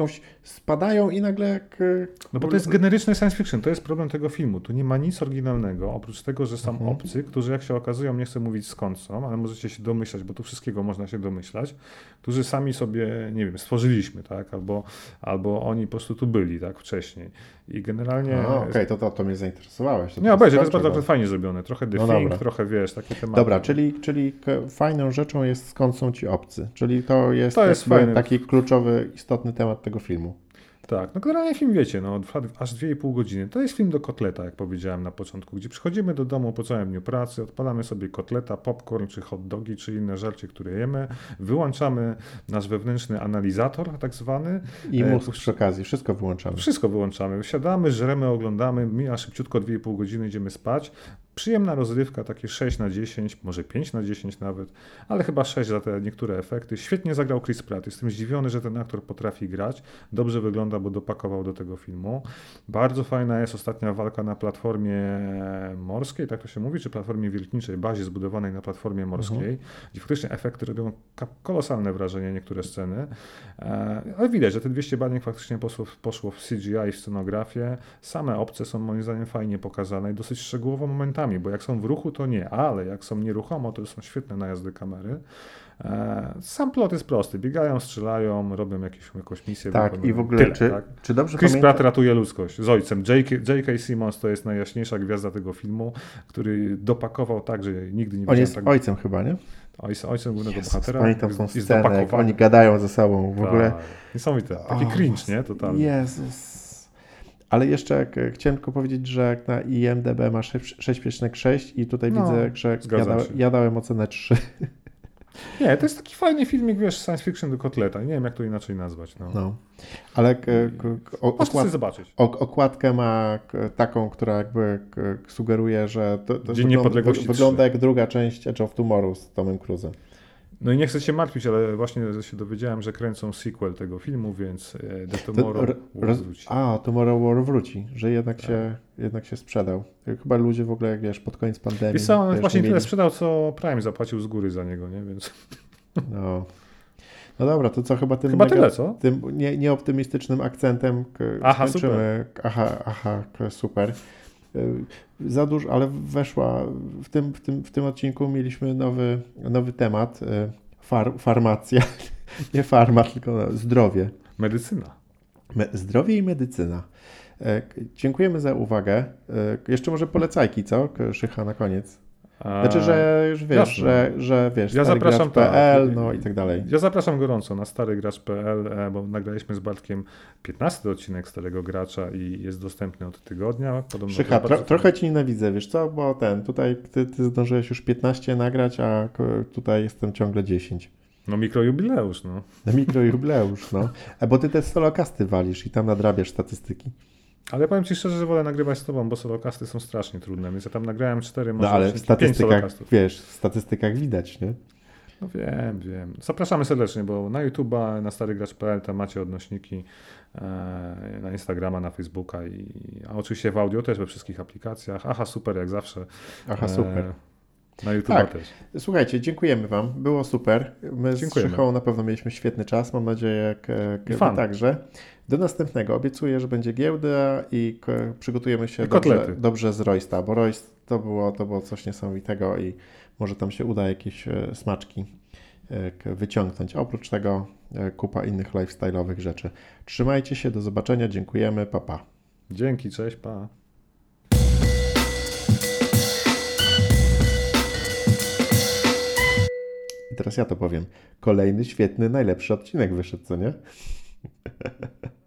spadają i nagle... No bo to jest generyczny science fiction, to jest problem tego filmu. Tu nie ma nic oryginalnego, oprócz tego, że są obcy, którzy jak się okazują, nie chcę mówić skąd są, ale możecie się domyślać, bo tu wszystkiego można się domyślać, którzy sami sobie, nie wiem, stworzyliśmy, tak, albo oni po prostu tu byli, tak, wcześniej. I generalnie... Okej, to mnie zainteresowałeś. Nie, obejrzeć, to jest bardzo fajnie zrobione. Trochę The Thing, trochę, wiesz, takie tematy. Dobra, czyli fajną rzeczą jest, skąd są ci obcy. Czyli to jest taki kluczowy, istotny temat tego filmu. Tak, no generalnie film, wiecie, aż 2,5 godziny. To jest film do kotleta, jak powiedziałem na początku, gdzie przychodzimy do domu po całym dniu pracy, odpalamy sobie kotleta, popcorn, czy hot dogi, czy inne żarcie, które jemy, wyłączamy nasz wewnętrzny analizator, tak zwany. I mózg przy okazji, wszystko wyłączamy. Wszystko wyłączamy. Siadamy, żremy, oglądamy, mija szybciutko 2,5 godziny, idziemy spać. Przyjemna rozrywka, takie 6/10, może 5/10 nawet, ale chyba 6 za te niektóre efekty. Świetnie zagrał Chris Pratt. Jestem zdziwiony, że ten aktor potrafi grać. Dobrze wygląda, bo dopakował do tego filmu. Bardzo fajna jest ostatnia walka na platformie morskiej, tak to się mówi, czy platformie wiertniczej, bazie zbudowanej na platformie morskiej, gdzie faktycznie efekty robią kolosalne wrażenie, niektóre sceny. Ale widać, że te 200 baniek faktycznie poszło w CGI, w scenografię. Same obce są moim zdaniem fajnie pokazane i dosyć szczegółowo momentami, bo jak są w ruchu, to nie, ale jak są nieruchomo, to są świetne najazdy kamery. Sam plot jest prosty. Biegają, strzelają, robią jakąś misję. Tak, i w ogóle, tyle, czy dobrze Chris Pratt ratuje ludzkość z ojcem. J.K. Simmons to jest najjaśniejsza gwiazda tego filmu, który dopakował tak, że nigdy nie widziałem. On jest ojcem chyba, nie? Ojcem głównego bohatera. Pamiętam tą scenę, jak oni gadają ze sobą w ogóle. Niesamowite. Taki cringe, nie? Totalnie. Jezus. Ale jeszcze chciałem tylko powiedzieć, że na IMDb ma 6,6 i tutaj widzę, że ja dałem ocenę 3. Nie, to jest taki fajny filmik, wiesz, science fiction do kotleta. Nie wiem, jak to inaczej nazwać. Ale możecie zobaczyć. Okładkę ma taką, która jakby sugeruje, że to Dzień Niepodległości wygląda jak druga część Edge of Tomorrow z Tomem Cruise'em. No i nie chcę się martwić, ale właśnie się dowiedziałem, że kręcą sequel tego filmu, więc The Tomorrow War wróci. Tomorrow War wróci, że jednak się sprzedał. Chyba ludzie w ogóle, jak wiesz, pod koniec pandemii... Wiesz co, on właśnie tyle sprzedał, co Prime zapłacił z góry za niego, nie? Więc... No dobra, to co chyba tym... tyle, co? Tym nieoptymistycznym akcentem skończymy. Super. Za dużo, ale weszła w tym odcinku mieliśmy nowy temat. Farmacja. Nie farma, tylko zdrowie. Medycyna. Zdrowie i medycyna. Dziękujemy za uwagę. Jeszcze może polecajki, co? Szycha na koniec. Znaczy, że już wiesz, że wiesz, ja zapraszam PL, i tak dalej. Ja zapraszam gorąco na starygracz.pl, bo nagraliśmy z Bartkiem 15 odcinek Starego Gracza i jest dostępny od tygodnia. Szycha, trochę ci nienawidzę, wiesz co, bo tutaj ty zdążyłeś już 15 nagrać, a tutaj jestem ciągle 10. Mikrojubileusz, Mikrojubileusz, Bo ty te solokasty walisz i tam nadrabiasz statystyki. Ale ja powiem ci szczerze, że wolę nagrywać z tobą, bo solokasty są strasznie trudne, więc ja tam nagrałem 4, może ale w statystykach widać, nie? No wiem. Zapraszamy serdecznie, bo na YouTube'a, na starygracz.pl tam macie odnośniki, na Instagrama, na Facebooka, a oczywiście w audio też we wszystkich aplikacjach. Aha, super, jak zawsze. Super. Na YouTube'a też. Słuchajcie, dziękujemy wam, było super. My z Szychą na pewno mieliśmy świetny czas, mam nadzieję, wy także. Do następnego. Obiecuję, że będzie giełda i przygotujemy się dobrze z Roysta, bo Royst to było coś niesamowitego i może tam się uda jakieś smaczki wyciągnąć. Oprócz tego kupa innych lifestyle'owych rzeczy. Trzymajcie się, do zobaczenia, dziękujemy, pa pa. Dzięki, cześć, pa. Teraz ja to powiem. Kolejny świetny, najlepszy odcinek wyszedł, co nie?